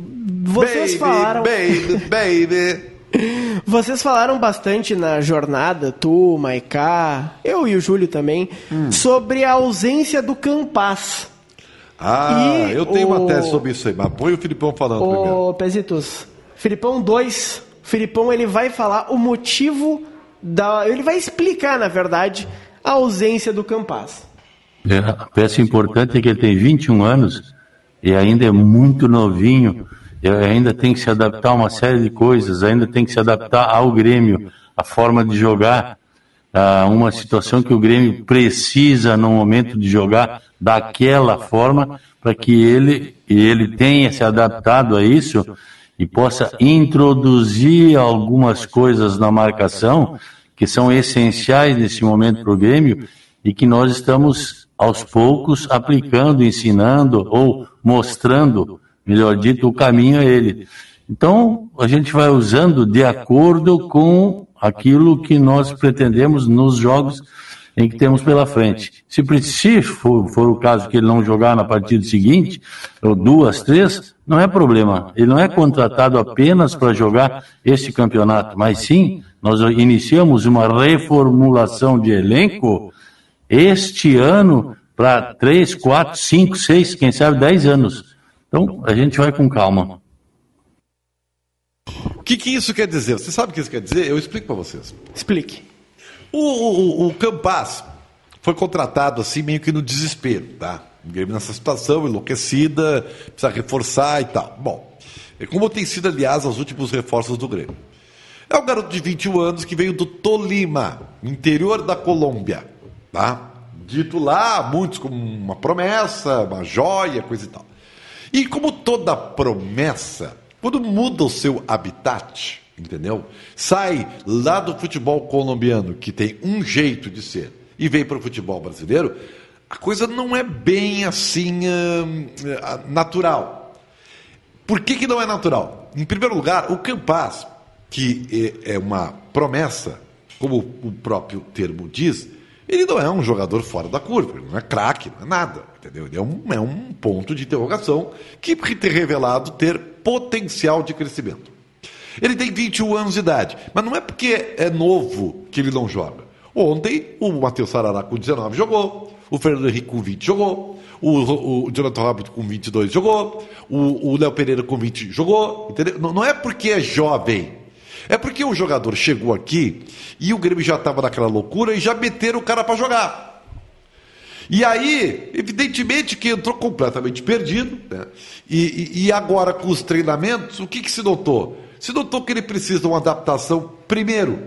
Vocês baby, falaram... Baby, baby... Vocês falaram bastante na jornada, tu, Maiká, eu e o Júlio também, hum. sobre a ausência do Campaz. Ah, e eu tenho o... uma tese sobre isso aí, mas põe o Filipão falando o... primeiro. Ô, Pezitos, Filipão dois, Filipão ele vai falar o motivo, da... ele vai explicar, na verdade, a ausência do Campaz. É, a peça importante é que ele tem vinte e um anos e ainda é muito novinho. Ainda tem que se adaptar a uma série de coisas, ainda tem que se adaptar ao Grêmio, a forma de jogar, a uma situação que o Grêmio precisa no momento de jogar daquela forma, para que ele, ele tenha se adaptado a isso e possa introduzir algumas coisas na marcação que são essenciais nesse momento para o Grêmio e que nós estamos aos poucos aplicando, ensinando ou mostrando, melhor dito, o caminho a ele. Então, a gente vai usando de acordo com aquilo que nós pretendemos nos jogos em que temos pela frente. Se se for, for o caso que ele não jogar na partida seguinte, ou duas, três, não é problema. Ele não é contratado apenas para jogar este campeonato, mas sim, nós iniciamos uma reformulação de elenco este ano para três, quatro, cinco, seis, quem sabe dez anos. Então, a gente vai com calma. O que, que isso quer dizer? Você sabe o que isso quer dizer? Eu explico para vocês. Explique. O, o, o Campaz foi contratado assim meio que no desespero, tá? O Grêmio nessa situação, enlouquecida, precisa reforçar e tal. Bom, como tem sido, aliás, os últimos reforços do Grêmio. É um garoto de vinte e um anos que veio do Tolima, no interior da Colômbia, tá? Dito lá, muitos como uma promessa, uma joia, coisa e tal. E como toda promessa, quando muda o seu habitat, entendeu? Sai lá do futebol colombiano, que tem um jeito de ser, e vem para o futebol brasileiro, a coisa não é bem assim uh, natural. Por que que não é natural? Em primeiro lugar, o Campaz, que é uma promessa, como o próprio termo diz, ele não é um jogador fora da curva, ele não é craque, não é nada, entendeu? Ele é um, é um ponto de interrogação que tem revelado ter potencial de crescimento. Ele tem vinte e um anos de idade, mas não é porque é novo que ele não joga. Ontem, o Matheus Sarará com dezenove jogou, o Fernando Henrique com vinte jogou, o, o Jonathan Robert com vinte e dois jogou, o, o Léo Pereira com vinte jogou, entendeu? Não, não é porque é jovem. É porque o jogador chegou aqui e o Grêmio já estava naquela loucura e já meteram o cara para jogar. E aí, evidentemente que entrou completamente perdido, né? E, e, e agora com os treinamentos, o que, que se notou? Se notou que ele precisa de uma adaptação, primeiro,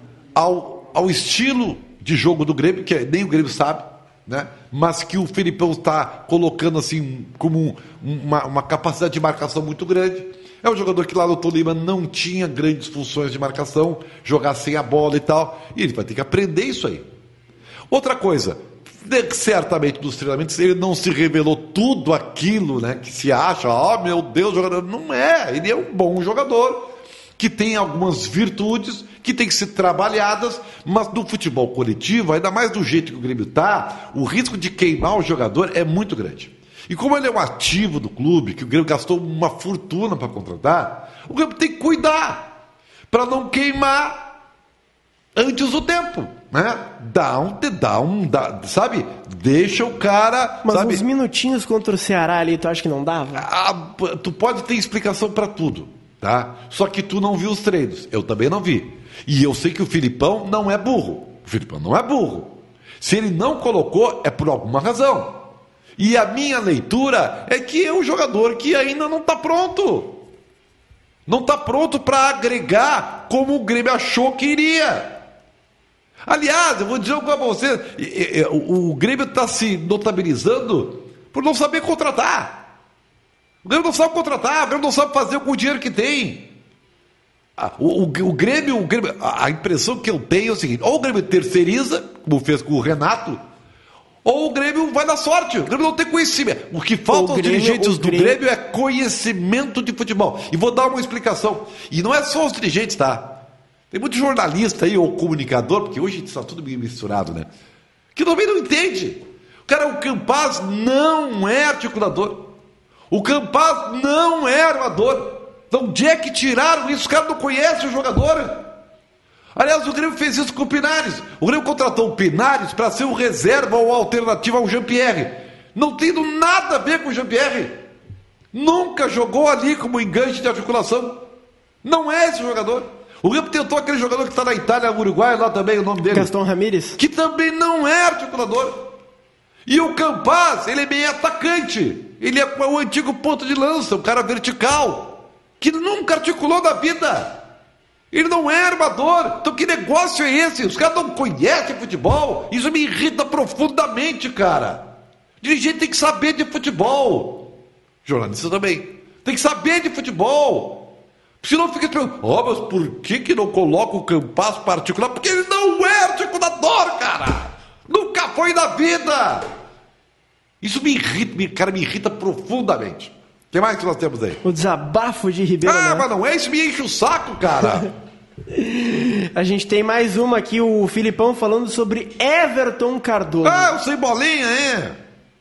ao, ao estilo de jogo do Grêmio, que nem o Grêmio sabe, né? Mas que o Felipão está colocando assim como uma, uma capacidade de marcação muito grande. É um jogador que lá no Tolima não tinha grandes funções de marcação, jogar sem a bola e tal, e ele vai ter que aprender isso aí. Outra coisa, certamente nos treinamentos ele não se revelou tudo aquilo, né, que se acha, oh meu Deus, jogador. Não é, ele é um bom jogador, que tem algumas virtudes, que tem que ser trabalhadas, mas no futebol coletivo, ainda mais do jeito que o Grêmio está, o risco de queimar o jogador é muito grande. E como ele é um ativo do clube, que o Grêmio gastou uma fortuna para contratar, o Grêmio tem que cuidar para não queimar antes do tempo, né? Dá um, dá um, dá, sabe? Deixa o cara... Mas sabe? uns minutinhos contra o Ceará ali, tu acha que não dava? Ah, tu pode ter explicação para tudo, tá? Só que tu não viu os treinos, eu também não vi. E eu sei que o Filipão não é burro. O Filipão não é burro. Se ele não colocou, é por alguma razão. E a minha leitura é que é um jogador que ainda não está pronto. Não está pronto para agregar como o Grêmio achou que iria. Aliás, eu vou dizer algo para vocês. O Grêmio está se notabilizando por não saber contratar. O Grêmio não sabe contratar, o Grêmio não sabe fazer com o dinheiro que tem. O, o, o, Grêmio, o Grêmio, a impressão que eu tenho é o seguinte: ou o Grêmio terceiriza, como fez com o Renato, ou o Grêmio vai na sorte. O Grêmio não tem conhecimento. O que falta aos dirigentes do Grêmio... Grêmio é conhecimento de futebol. E vou dar uma explicação. E não é só os dirigentes, tá? Tem muito jornalista aí, ou comunicador, porque hoje está tudo meio misturado, né? Que também não entende. O cara, o Campaz não é articulador. O Campaz não é armador. De onde é que tiraram isso? Os caras não conhecem o jogador. Aliás, o Grêmio fez isso com o Pinares. O Grêmio contratou o Pinares para ser o reserva ou alternativa ao Jean-Pierre. Não tendo nada a ver com o Jean-Pierre. Nunca jogou ali como enganche de articulação. Não é esse jogador. O Grêmio tentou aquele jogador que está na Itália, Uruguai, lá também, o nome dele. Gaston Ramírez. Que também não é articulador. E o Campaz, ele é meio atacante. Ele é o antigo ponto de lança, um cara vertical. Que nunca articulou na vida. Ele não é armador. Então que negócio é esse? Os caras não conhecem futebol. Isso me irrita profundamente, cara. Dirigente tem que saber de futebol. Jornalista também. Tem que saber de futebol. Senão fica esperando. Oh, mas por que que não coloca o Campaz para articular? Porque ele não é articulador, cara. Nunca foi na vida. Isso me irrita, me, cara, me irrita profundamente. O que mais que nós temos aí? O desabafo de Ribeiro Ah, Neto. mas não é isso, me enche o saco, cara. A gente tem mais uma aqui, o Filipão falando sobre Everton Cardoso. Ah, o sem bolinha, é.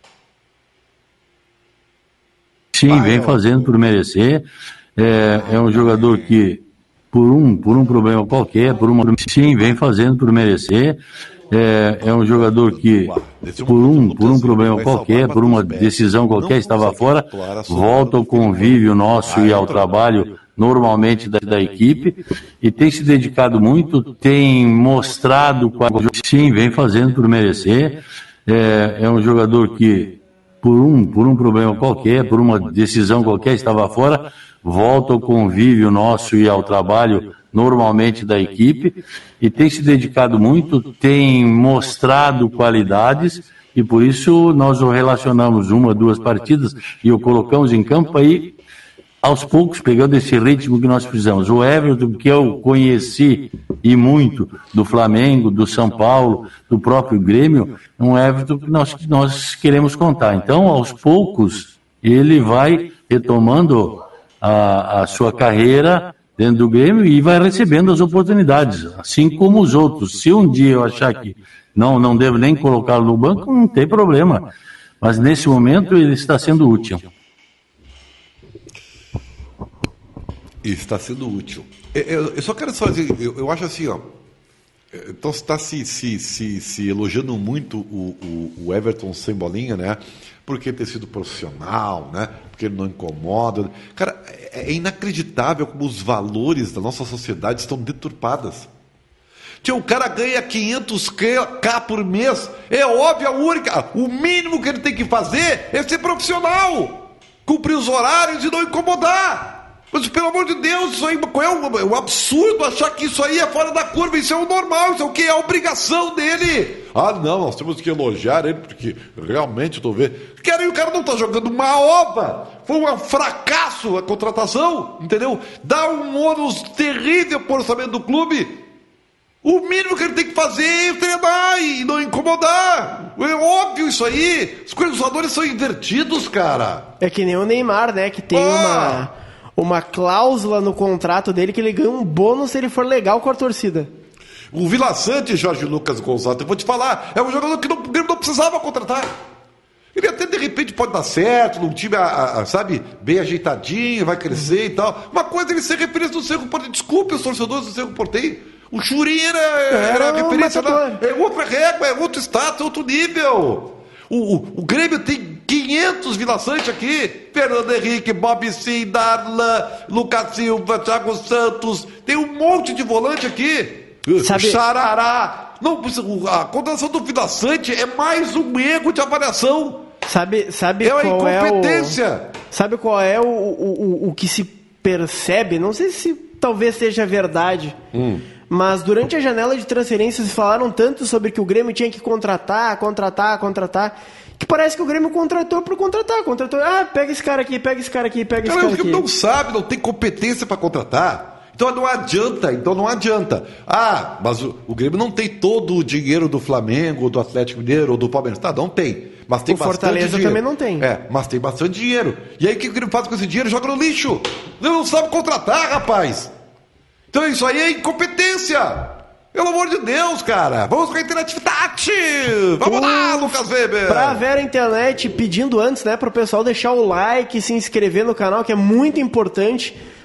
Sim, Vai, vem ó. fazendo por merecer. É, é um jogador que, por um, por um problema qualquer, por uma, sim, vem fazendo por merecer. É, é um jogador que, por um, por um problema qualquer, por uma decisão qualquer, estava fora, volta ao convívio nosso e ao trabalho normalmente da, da equipe, e tem se dedicado muito, tem mostrado, sim, vem fazendo por merecer. É, é um jogador que, por um, por um problema qualquer, por uma decisão qualquer, estava fora, volta ao convívio nosso e ao trabalho normalmente da equipe, e tem se dedicado muito, tem mostrado qualidades, e por isso nós o relacionamos uma, duas partidas e o colocamos em campo aí, aos poucos, pegando esse ritmo que nós precisamos. O Everton, que eu conheci e muito do Flamengo, do São Paulo, do próprio Grêmio, é um Everton que nós, que nós queremos contar. Então, aos poucos, ele vai retomando a, a sua carreira dentro do Grêmio e vai recebendo as oportunidades, assim como os outros. Se um dia eu achar que não, não devo nem colocá-lo no banco, não tem problema. Mas nesse momento ele está sendo útil. Está sendo útil. Eu, eu só quero só dizer, eu, eu acho assim, ó. Então você está se, se, se, se elogiando muito o, o, o Everton sem bolinha, né? Porque ter sido profissional, né? Porque ele não incomoda. Cara, é inacreditável como os valores da nossa sociedade estão deturpadas. Tio, o cara ganha quinhentos K por mês. É óbvio, a única, o mínimo que ele tem que fazer é ser profissional. Cumprir os horários e não incomodar. Mas, pelo amor de Deus, isso aí é um, é um absurdo achar que isso aí é fora da curva. Isso é o normal, isso é o que é a obrigação dele. Ah, não, nós temos que elogiar ele, porque realmente eu tô vendo. Cara, o cara não tá jogando uma ova. Foi um fracasso a contratação, entendeu? Dá um ônus terrível pro orçamento do clube. O mínimo que ele tem que fazer é treinar e não incomodar. É óbvio isso aí. Os jogadores são invertidos, cara. É que nem o Neymar, né? Que tem ah. uma... uma cláusula no contrato dele que ele ganha um bônus se ele for legal com a torcida. O Vila Sante, Jorge Lucas Gonçalves, eu vou te falar, é um jogador que não, o Grêmio não precisava contratar. Ele até de repente pode dar certo, num time, a, a, sabe, bem ajeitadinho, vai crescer e tal. Uma coisa é ele ser referência do Cerro Porteiro. Desculpe os torcedores do Cerro Porteiro. O Churinho era, era, era referência. Na, é outra régua, é outro status, é outro nível. O, o, o Grêmio tem quinhentos Vila Sante aqui. Fernando Henrique, Bob Sim, Darlan, Lucas Silva, Thiago Santos. Tem um monte de volante aqui. Sabe... Xarará. Não, a contratação do Vila Sante é mais um erro de avaliação. Sabe, sabe é qual a incompetência. É o... Sabe qual é o, o, o, o que se percebe? Não sei se talvez seja verdade. Hum. Mas durante a janela de transferências falaram tanto sobre que o Grêmio tinha que contratar, contratar, contratar, que parece que o Grêmio contratou por contratar. Contratou, ah, pega esse cara aqui, pega esse cara aqui, pega esse cara, cara aqui. O Grêmio não sabe, não tem competência para contratar. Então não adianta, então não adianta. Ah, mas o, o Grêmio não tem todo o dinheiro do Flamengo, do Atlético Mineiro ou do Palmeiras. Tá, não tem. Mas tem o bastante Fortaleza dinheiro. também não tem. É, mas tem bastante dinheiro. E aí o que o Grêmio faz com esse dinheiro? Joga no lixo. Ele não sabe contratar, rapaz. Então isso aí é incompetência. Pelo amor de Deus, cara. Vamos com a interatividade. Vamos Uf, lá, Lucas Weber. Pra ver a internet, pedindo antes, né, pro pessoal deixar o like, se inscrever no canal, que é muito importante.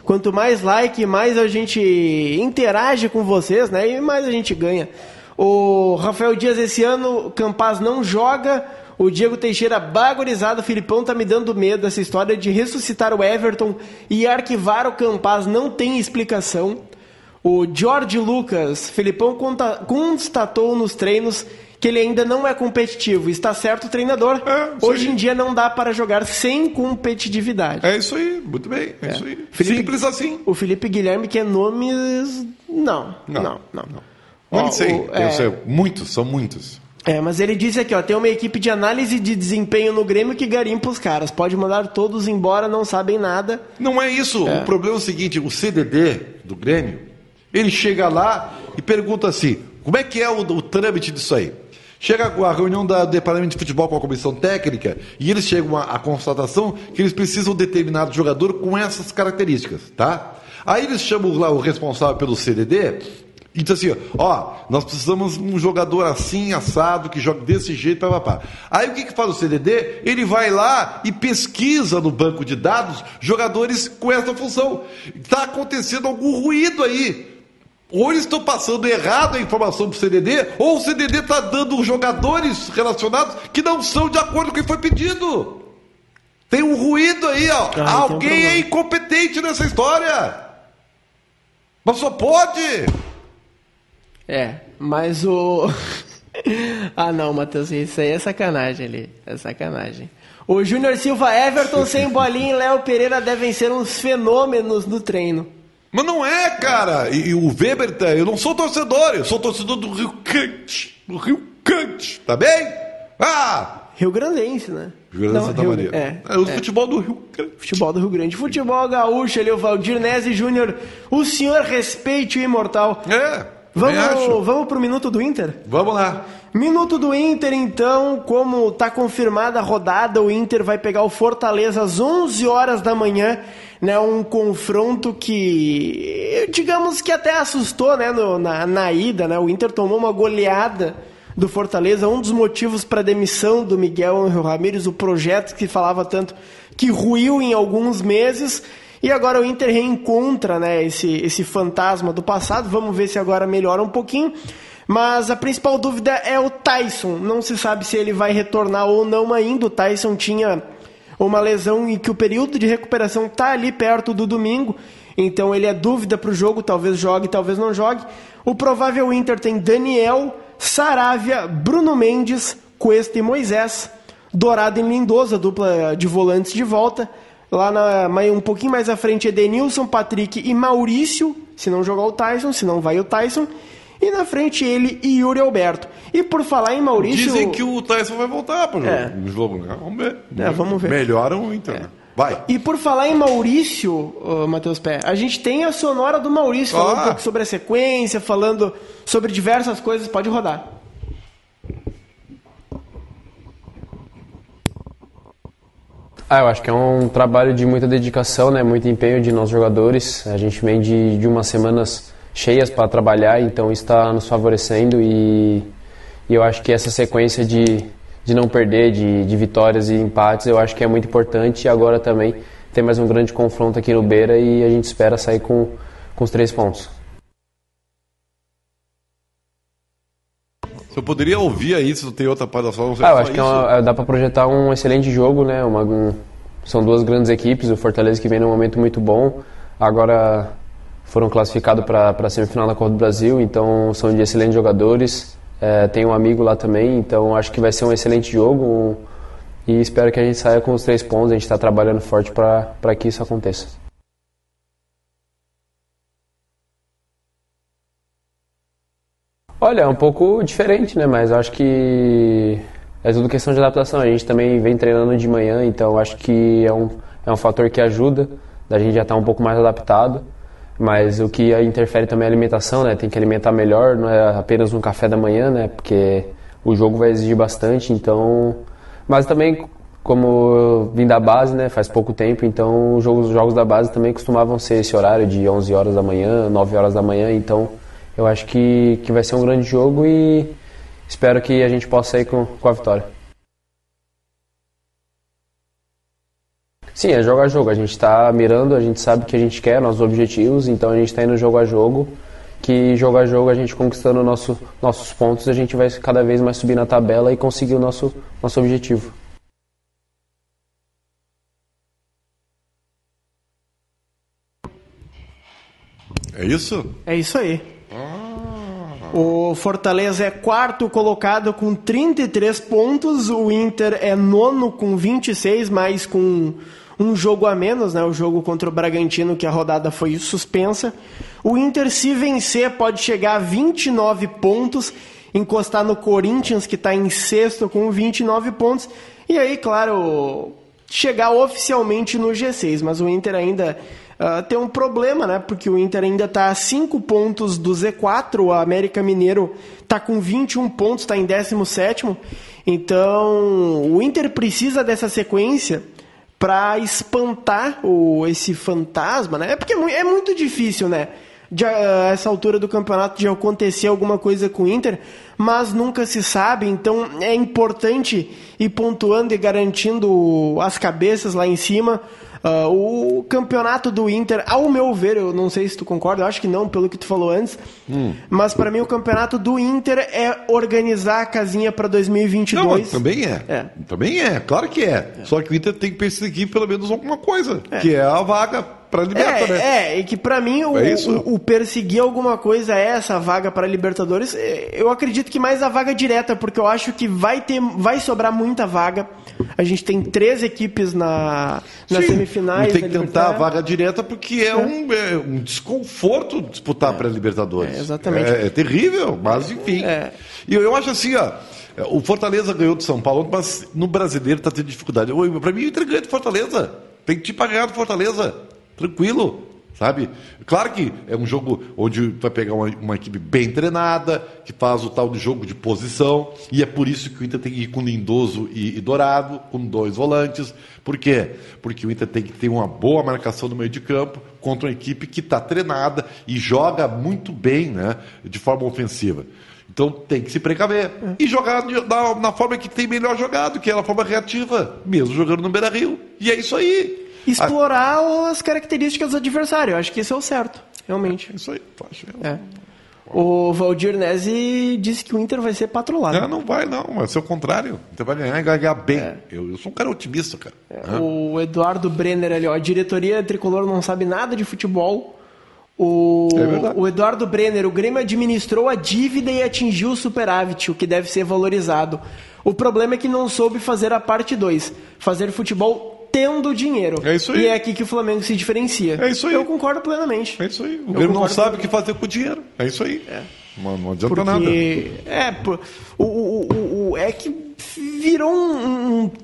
Quanto mais like, mais a gente interage com vocês, né? E mais a gente ganha. O Rafael Dias, esse ano, Campaz não joga. O Diego Teixeira, bagorizado. O Filipão tá me dando medo. Essa história de ressuscitar o Everton e arquivar o Campaz não tem explicação. O Jorge Lucas, Filipão conta, constatou nos treinos que ele ainda não é competitivo. Está certo o treinador. É, Hoje aí. em dia não dá para jogar sem competitividade. É isso aí, muito bem. É, é. isso aí. Felipe, Simples assim. O Felipe Guilherme quer nomes... Não, não, não. não. não. Não sei, o, é... eu sei, muitos, são muitos. É, mas ele disse aqui, ó, tem uma equipe de análise de desempenho no Grêmio que garimpa os caras. Pode mandar todos embora, não sabem nada. Não é isso. É. O problema é o seguinte, o C D D do Grêmio, ele chega lá e pergunta assim, como é que é o, o trâmite disso aí? Chega a reunião da, do departamento de futebol com a comissão técnica e eles chegam à, à constatação que eles precisam de determinado jogador com essas características, tá? Aí eles chamam lá o responsável pelo C D D e diz assim, ó, nós precisamos de um jogador assim, assado, que jogue desse jeito, papapá. Aí o que, que faz o C D D? Ele vai lá e pesquisa no banco de dados jogadores com essa função. Está acontecendo algum ruído aí. Ou eles estão passando errado a informação para o C D D, ou o C D D está dando jogadores relacionados que não são de acordo com o que foi pedido. Tem um ruído aí, ó. Ah, Alguém um é incompetente nessa história. Mas só pode. É, mas o... ah, não, Matheus, isso aí é sacanagem ali. É sacanagem. O Júnior Silva, Everton sem bolinha e Léo Pereira devem ser uns fenômenos no treino. Mas não é, cara. E, e o Weber, eu não sou torcedor, eu sou torcedor do Rio Cante. Do Rio Cante, tá bem? Ah! Rio Grandense, né? Rio Grande Santa Maria. É, é o é. futebol do Rio Grande. Futebol do Rio Grande. Futebol gaúcho ali, o Valdir Nese Júnior. O senhor respeite o imortal. É, vamos, vamos pro Minuto do Inter? Vamos lá. Minuto do Inter, então, como tá confirmada a rodada, o Inter vai pegar o Fortaleza às onze horas da manhã, né, um confronto que, digamos que até assustou, né, no, na, na ida, né, o Inter tomou uma goleada do Fortaleza, um dos motivos para a demissão do Miguel Ángel Ramírez, o projeto que falava tanto, que ruiu em alguns meses, e agora o Inter reencontra, né, esse, esse fantasma do passado. Vamos ver se agora melhora um pouquinho. Mas a principal dúvida é o Tyson. Não se sabe se ele vai retornar ou não ainda. O Tyson tinha uma lesão e que o período de recuperação está ali perto do domingo. Então ele é dúvida para o jogo. Talvez jogue, talvez não jogue. O provável Inter tem Daniel, Saravia, Bruno Mendes, Cuesta e Moisés. Dourado e Lindoso, dupla de volantes de volta. Lá na, um pouquinho mais à frente, Edenilson, Patrick e Maurício. Se não jogar o Tyson, se não vai o Tyson. E na frente ele e Yuri Alberto. E por falar em Maurício... Dizem que o Tyson vai voltar para o é. jogo, né? Vamos ver. É, vamos ver. Melhoram então. É. Vai. E por falar em Maurício, oh, Matheus Pé, a gente tem a sonora do Maurício, falando ah. um pouco sobre a sequência, falando sobre diversas coisas. Pode rodar. Ah, eu acho que é um trabalho de muita dedicação, né? Muito empenho de nós jogadores. A gente vem de, de umas semanas cheias para trabalhar, então isso está nos favorecendo e, e eu acho que essa sequência de, de não perder, de, de vitórias e empates, eu acho que é muito importante. E agora também tem mais um grande confronto aqui no Beira e a gente espera sair com, com os três pontos. Eu poderia ouvir aí se tem outra parte da sala. Ah, eu acho que é uma, dá para projetar um excelente jogo, né? Uma, um, são duas grandes equipes, o Fortaleza que vem num momento muito bom, agora foram classificados para a semifinal da Copa do Brasil, então são de excelentes jogadores. É, tem um amigo lá também, então acho que vai ser um excelente jogo um, e espero que a gente saia com os três pontos. A gente está trabalhando forte para que isso aconteça. Olha, é um pouco diferente, né? Mas acho que é tudo questão de adaptação. A gente também vem treinando de manhã, então acho que é um, é um fator que ajuda, da gente já estar um pouco mais adaptado. Mas o que interfere também é a alimentação, né? Tem que alimentar melhor, não é apenas um café da manhã, né? Porque o jogo vai exigir bastante, então... Mas também, como eu vim da base, né? Faz pouco tempo, então os jogos, os jogos da base também costumavam ser esse horário de onze horas da manhã, nove horas da manhã, então eu acho que, que vai ser um grande jogo e espero que a gente possa sair com, com a vitória. Sim, é jogo a jogo. A gente está mirando, a gente sabe o que a gente quer, nossos objetivos, então a gente está indo jogo a jogo, que jogo a jogo a gente conquistando nosso, nossos pontos, a gente vai cada vez mais subir na tabela e conseguir o nosso, nosso objetivo. É isso? É isso aí. O Fortaleza é quarto colocado com trinta e três pontos, o Inter é nono com vinte e seis, mas com um jogo a menos, né? O jogo contra o Bragantino, que a rodada foi suspensa. O Inter, se vencer, pode chegar a vinte e nove pontos, encostar no Corinthians, que está em sexto com vinte e nove pontos, e aí, claro, chegar oficialmente no G seis, mas o Inter ainda... Uh, tem um problema, né? Porque o Inter ainda está a cinco pontos do Z quatro, o América Mineiro está com vinte e um pontos, está em décimo sétimo. Então, o Inter precisa dessa sequência para espantar o, esse fantasma, né? É porque é muito difícil, né? De, a essa altura do campeonato de acontecer alguma coisa com o Inter, mas nunca se sabe, então é importante ir pontuando e garantindo as cabeças lá em cima. Uh, o campeonato do Inter, ao meu ver, eu não sei se tu concorda, eu acho que não, pelo que tu falou antes, hum. mas para mim o campeonato do Inter é organizar a casinha para dois mil e vinte e dois. Não, também é. é. Também é, claro que é. é. Só que o Inter tem que perseguir pelo menos alguma coisa, é. que é a vaga para Libertadores. É, né? é, e que para mim o, é o, o perseguir alguma coisa é essa vaga para Libertadores. Eu acredito que mais a vaga direta, porque eu acho que vai ter, vai sobrar muita vaga. A gente tem três equipes na, nas Sim, semifinais. Tem que tentar a vaga direta porque é, é. Um, é um desconforto disputar é. para a Libertadores. É, exatamente. É, é terrível, mas enfim. É. E eu, eu acho assim, ó. O Fortaleza ganhou do São Paulo, mas no brasileiro está tendo dificuldade. Para mim, o Inter ganha do Fortaleza. Tem que te pagar do Fortaleza. Tranquilo, sabe? Claro que é um jogo onde vai pegar uma, uma equipe bem treinada, que faz o tal de jogo de posição, e é por isso que o Inter tem que ir com Lindoso e, e Dourado, com dois volantes. Por quê? Porque o Inter tem que ter uma boa marcação no meio de campo contra uma equipe que está treinada e joga muito bem, né, de forma ofensiva. Então tem que se precaver. E jogar na, na forma que tem melhor jogado, que é a forma reativa, mesmo jogando no Beira-Rio. E é isso aí. Explorar a... as características do adversário. Eu acho que isso é o certo, realmente. É isso aí, tu acha? É. O Valdir Nesi disse que o Inter vai ser patrolado. Não, não vai não, vai ser o contrário. O Inter vai ganhar e vai ganhar bem. É. Eu, eu sou um cara otimista, cara. É. O Eduardo Brenner ali, ó, a diretoria tricolor não sabe nada de futebol. O, é o Eduardo Brenner, o Grêmio administrou a dívida e atingiu o superávit, o que deve ser valorizado. O problema é que não soube fazer a parte dois, fazer futebol tendo dinheiro. É isso aí. E é aqui que o Flamengo se diferencia. É isso aí. Eu concordo plenamente. É isso aí. O Grêmio não sabe o que fazer com o dinheiro. É isso aí. É. Não, não adianta Porque, nada. É, por, o, o, o, é que virou um, um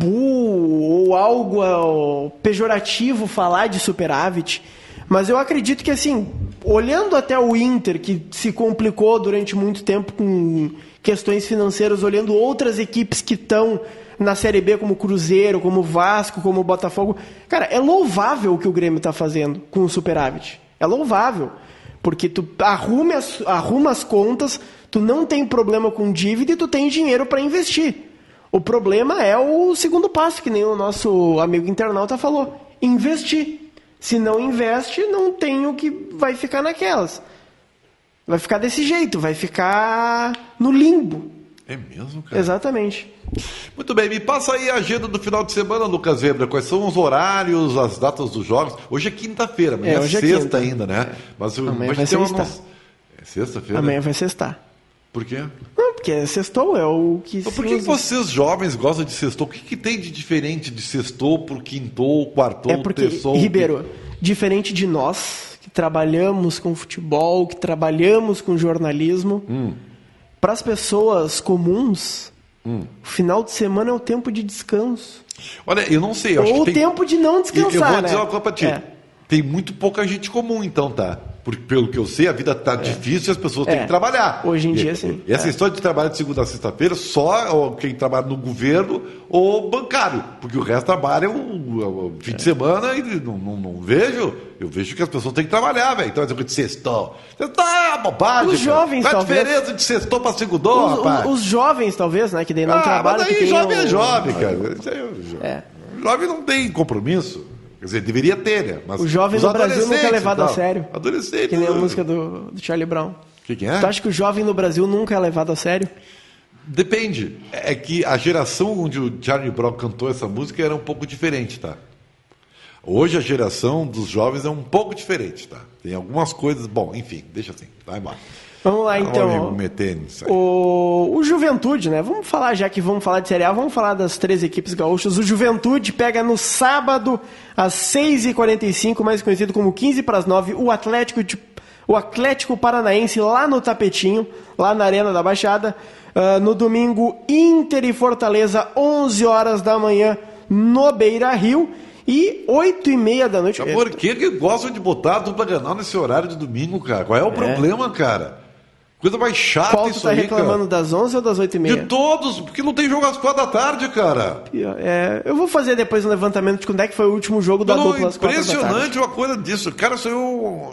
tabu ou algo ó, pejorativo falar de superávit. Mas eu acredito que, assim, olhando até o Inter, que se complicou durante muito tempo com questões financeiras, olhando outras equipes que estão na Série B, como o Cruzeiro, como o Vasco, como o Botafogo. Cara, é louvável o que o Grêmio está fazendo com o superávit. É louvável. Porque tu arruma as, arruma as contas, tu não tem problema com dívida e tu tem dinheiro para investir. O problema é o segundo passo, que nem o nosso amigo internauta falou. Investir. Se não investe, não tem o que vai ficar naquelas. Vai ficar desse jeito, vai ficar no limbo. É mesmo, cara? Exatamente. Muito bem, me passa aí a agenda do final de semana, Lucas Weber. Quais são os horários, as datas dos jogos? Hoje é quinta-feira, amanhã é, é sexta é ainda, né? É. Mas amanhã vai sextar. Uma... É sexta-feira? Amanhã vai sextar. Por quê? Não, porque sextou é o que... Mas por que, que vocês jovens gostam de sextou? O que, que tem de diferente de sextou pro quintou, quartou, é porque, terçou? Ribeiro, diferente de nós, que trabalhamos com futebol, que trabalhamos com jornalismo, hum. para as pessoas comuns, hum. o final de semana é o tempo de descanso. Olha, eu não sei. Eu Ou acho o que tem... tempo de não descansar, Eu vou dizer né? uma coisa pra ti. É. Tem muito pouca gente comum, então, tá? Porque, pelo que eu sei, a vida tá é. difícil e as pessoas é. têm que trabalhar. Hoje em e, dia, sim. E essa é. história de trabalhar de segunda a sexta-feira, só quem trabalha no governo ou bancário. Porque o resto trabalha o, o fim é. de semana e não, não, não vejo. Eu vejo que as pessoas têm que trabalhar, velho. Então, essa coisa de sextou. Sextou é bobagem. Os jovens, Qual a talvez. diferença de sextou pra segundou, os, rapaz? Os, os jovens, talvez, né? Que daí não ah, trabalham. Mas daí que jovem tem é o... jovem, cara. Isso aí é jovem. É. O jovem não tem compromisso. Quer dizer, deveria ter, né? Mas o jovem os no Brasil nunca é levado a tal, sério. Adolescente. Que nem a música do, do Charlie Brown. O que, que é? Tu acha que o jovem no Brasil nunca é levado a sério? Depende. É que a geração onde o Charlie Brown cantou essa música era um pouco diferente, tá? Hoje a geração dos jovens é um pouco diferente, tá? Tem algumas coisas... Bom, enfim, deixa assim. Vai embora. Vamos lá, então. Vamos meter nisso aí. O, o Juventude, né? Vamos falar, já que vamos falar de Série A, vamos falar das três equipes gaúchas. O Juventude pega no sábado, às seis e quarenta e cinco, mais conhecido como quinze para as nove, o Atlético, de, o Atlético Paranaense lá no Tapetinho, lá na Arena da Baixada. Uh, no domingo, Inter e Fortaleza, onze horas da manhã, no Beira-Rio. E oito e meia da noite... Por que que gostam de botar a dupla Grenal nesse horário de domingo, cara? Qual é o é. problema, cara? Coisa mais chata. Qual isso tu tá aí, reclamando, cara? Das onze ou das oito e meia? De todos, porque não tem jogo às quatro da tarde, cara. É, eu vou fazer depois um levantamento de quando é que foi o último jogo da Pelo dupla às quatro da tarde. Impressionante uma coisa disso. Cara, saiu...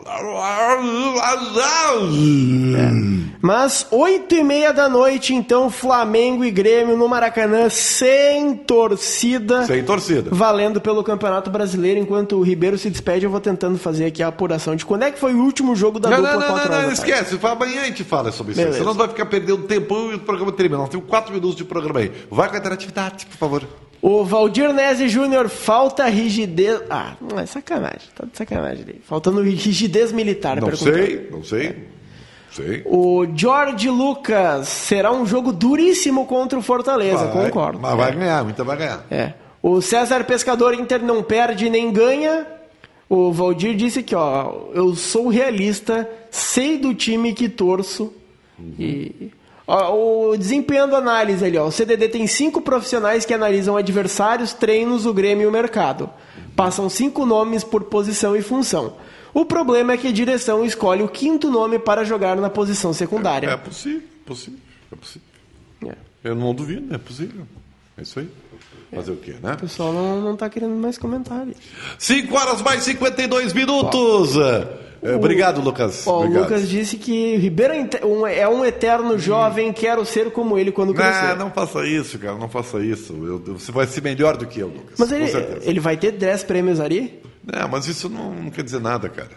É. Mas oito e meia da noite, então, Flamengo e Grêmio no Maracanã, sem torcida. Sem torcida. Valendo pelo Campeonato Brasileiro. Enquanto o Ribeiro se despede, eu vou tentando fazer aqui a apuração de quando é que foi o último jogo da não, dupla não, não, quatro não, horas não, esquece. Amanhã a gente fala sobre isso. Beleza. Senão vai ficar perdendo tempo e o programa termina. Nós temos quatro minutos de programa aí. Vai com a interatividade, por favor. O Valdir Nese Júnior, falta rigidez... Ah, não é sacanagem. Tá de sacanagem ali. Faltando rigidez militar. Não sei, não sei. É. Sei. O Jorge Lucas, será um jogo duríssimo contra o Fortaleza, vai, concordo. Mas vai ganhar, muita vai ganhar. É. O César Pescador, Inter não perde nem ganha. O Valdir disse que, ó, eu sou realista, sei do time que torço. Uhum. E ó, o desempenhando análise ali, ó, o C D D tem cinco profissionais que analisam adversários, treinos, o Grêmio e o mercado. Passam cinco nomes por posição e função. O problema é que a direção escolhe o quinto nome para jogar na posição secundária. É, é possível, possível, é possível. É. Eu não duvido, é possível. É isso aí. Fazer é. o quê, né? O pessoal não, não tá querendo mais comentários. cinco horas mais cinquenta e dois minutos. É, obrigado, Lucas. Ó, obrigado. O Lucas disse que Ribeiro é um eterno jovem, hum. quero ser como ele quando crescer. Não, não faça isso, cara, não faça isso. Eu, você vai ser melhor do que eu, Lucas. Mas ele, ele vai ter dez prêmios ali? Não, mas isso não, não quer dizer nada, cara.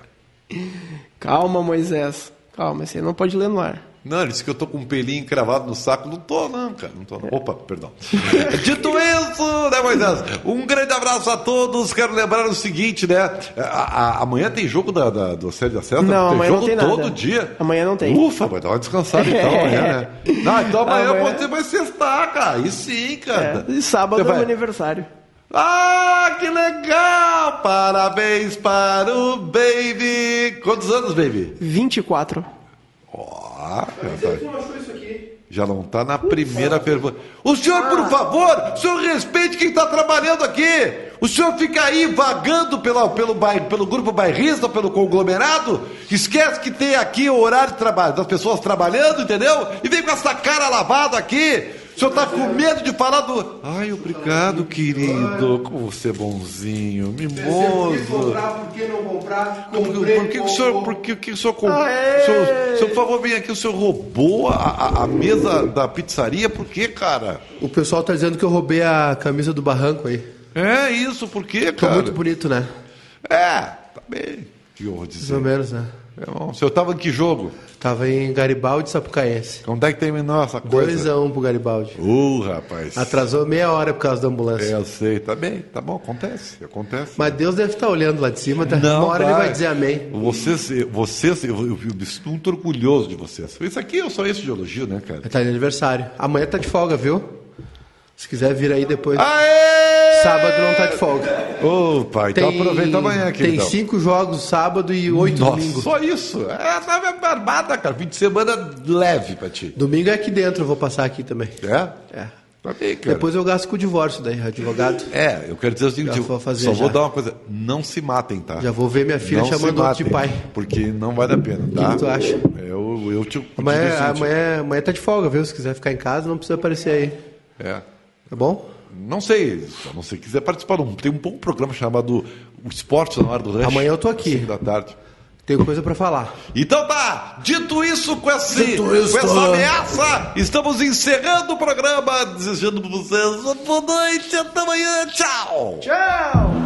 Calma, Moisés. Calma, você não pode ler no ar. Não, ele disse que eu tô com um pelinho encravado no saco. Não tô, não, cara. Não tô, não. Opa, perdão. Dito isso, né, Moisés? Um grande abraço a todos. Quero lembrar o seguinte, né? A, a, amanhã tem jogo da, da, do Série da Celta? Não, tem amanhã jogo não tem todo nada. dia. Amanhã não tem. Ufa, vai dar uma descansada então amanhã, né? Não, então amanhã, amanhã... você vai sextar, cara. E sim, cara. É, e sábado vai... é meu aniversário. Ah, que legal! Parabéns para o Baby. Quantos anos, Baby? vinte e quatro. Ó, já não está na primeira pergunta. O senhor, por favor, o senhor respeite quem está trabalhando aqui. O senhor fica aí vagando pela, pelo, bairro, pelo grupo bairrista, pelo conglomerado. Esquece que tem aqui o horário de trabalho das pessoas trabalhando, entendeu? E vem com essa cara lavada aqui. O senhor está com medo de falar do... Ai, obrigado, querido. Como você é bonzinho, mimoso. Por que comprar, por que não comprar? Por, por que o senhor... Por que, que o senhor comprou? O senhor, senhor, por favor, vem aqui. O senhor roubou a, a, a mesa da pizzaria? Por quê, cara? O pessoal está dizendo que eu roubei a camisa do barranco aí. É isso, por quê, cara? Ficou muito bonito, né? É, tá bem. Que eu vou dizer. Mais ou menos, né? É bom. O senhor estava em que jogo? Tava em Garibaldi e Sapucaense. Quando é que terminou essa coisa? dois a um pro Garibaldi. Uh, rapaz. Atrasou meia hora por causa da ambulância. É, eu sei, tá bem, tá bom, acontece, acontece. Mas Deus deve estar olhando lá de cima, tá? Não, uma hora vai. ele vai dizer amém. Vocês, vocês eu, eu, eu me sinto muito orgulhoso de vocês. Isso aqui eu só isso de elogio, né, cara? Tá de aniversário. Amanhã tá de folga, viu? Se quiser vir aí depois. Aê! Sábado não tá de folga. Opa, então tem, aproveita amanhã aqui. Tem então. cinco jogos sábado e oito Nossa, domingo. Só isso? É, é barbada, cara. Fim de semana leve pra ti. Domingo é aqui dentro, eu vou passar aqui também. É? É. Tá bem, cara. Depois eu gasto com o divórcio daí, advogado. É, eu quero dizer o seguinte, vou fazer só já. vou dar uma coisa, não se matem, tá? Já vou ver minha filha não chamando se outro de pai. Porque não vale a pena, tá? O que tu acha? Eu, eu te, Amanhã, te amanhã, amanhã tá de folga, viu? Se quiser ficar em casa, não precisa aparecer aí. É. Tá bom? Não sei, só não sei quiser participar. Tem um bom programa chamado O Esporte na Hora do Rush. Amanhã eu tô aqui. cinco da tarde. Tenho coisa pra falar. Então tá, dito isso, com, esse, Dito isso. com essa ameaça, estamos encerrando o programa, desejando pra vocês uma boa noite, até amanhã, tchau! Tchau!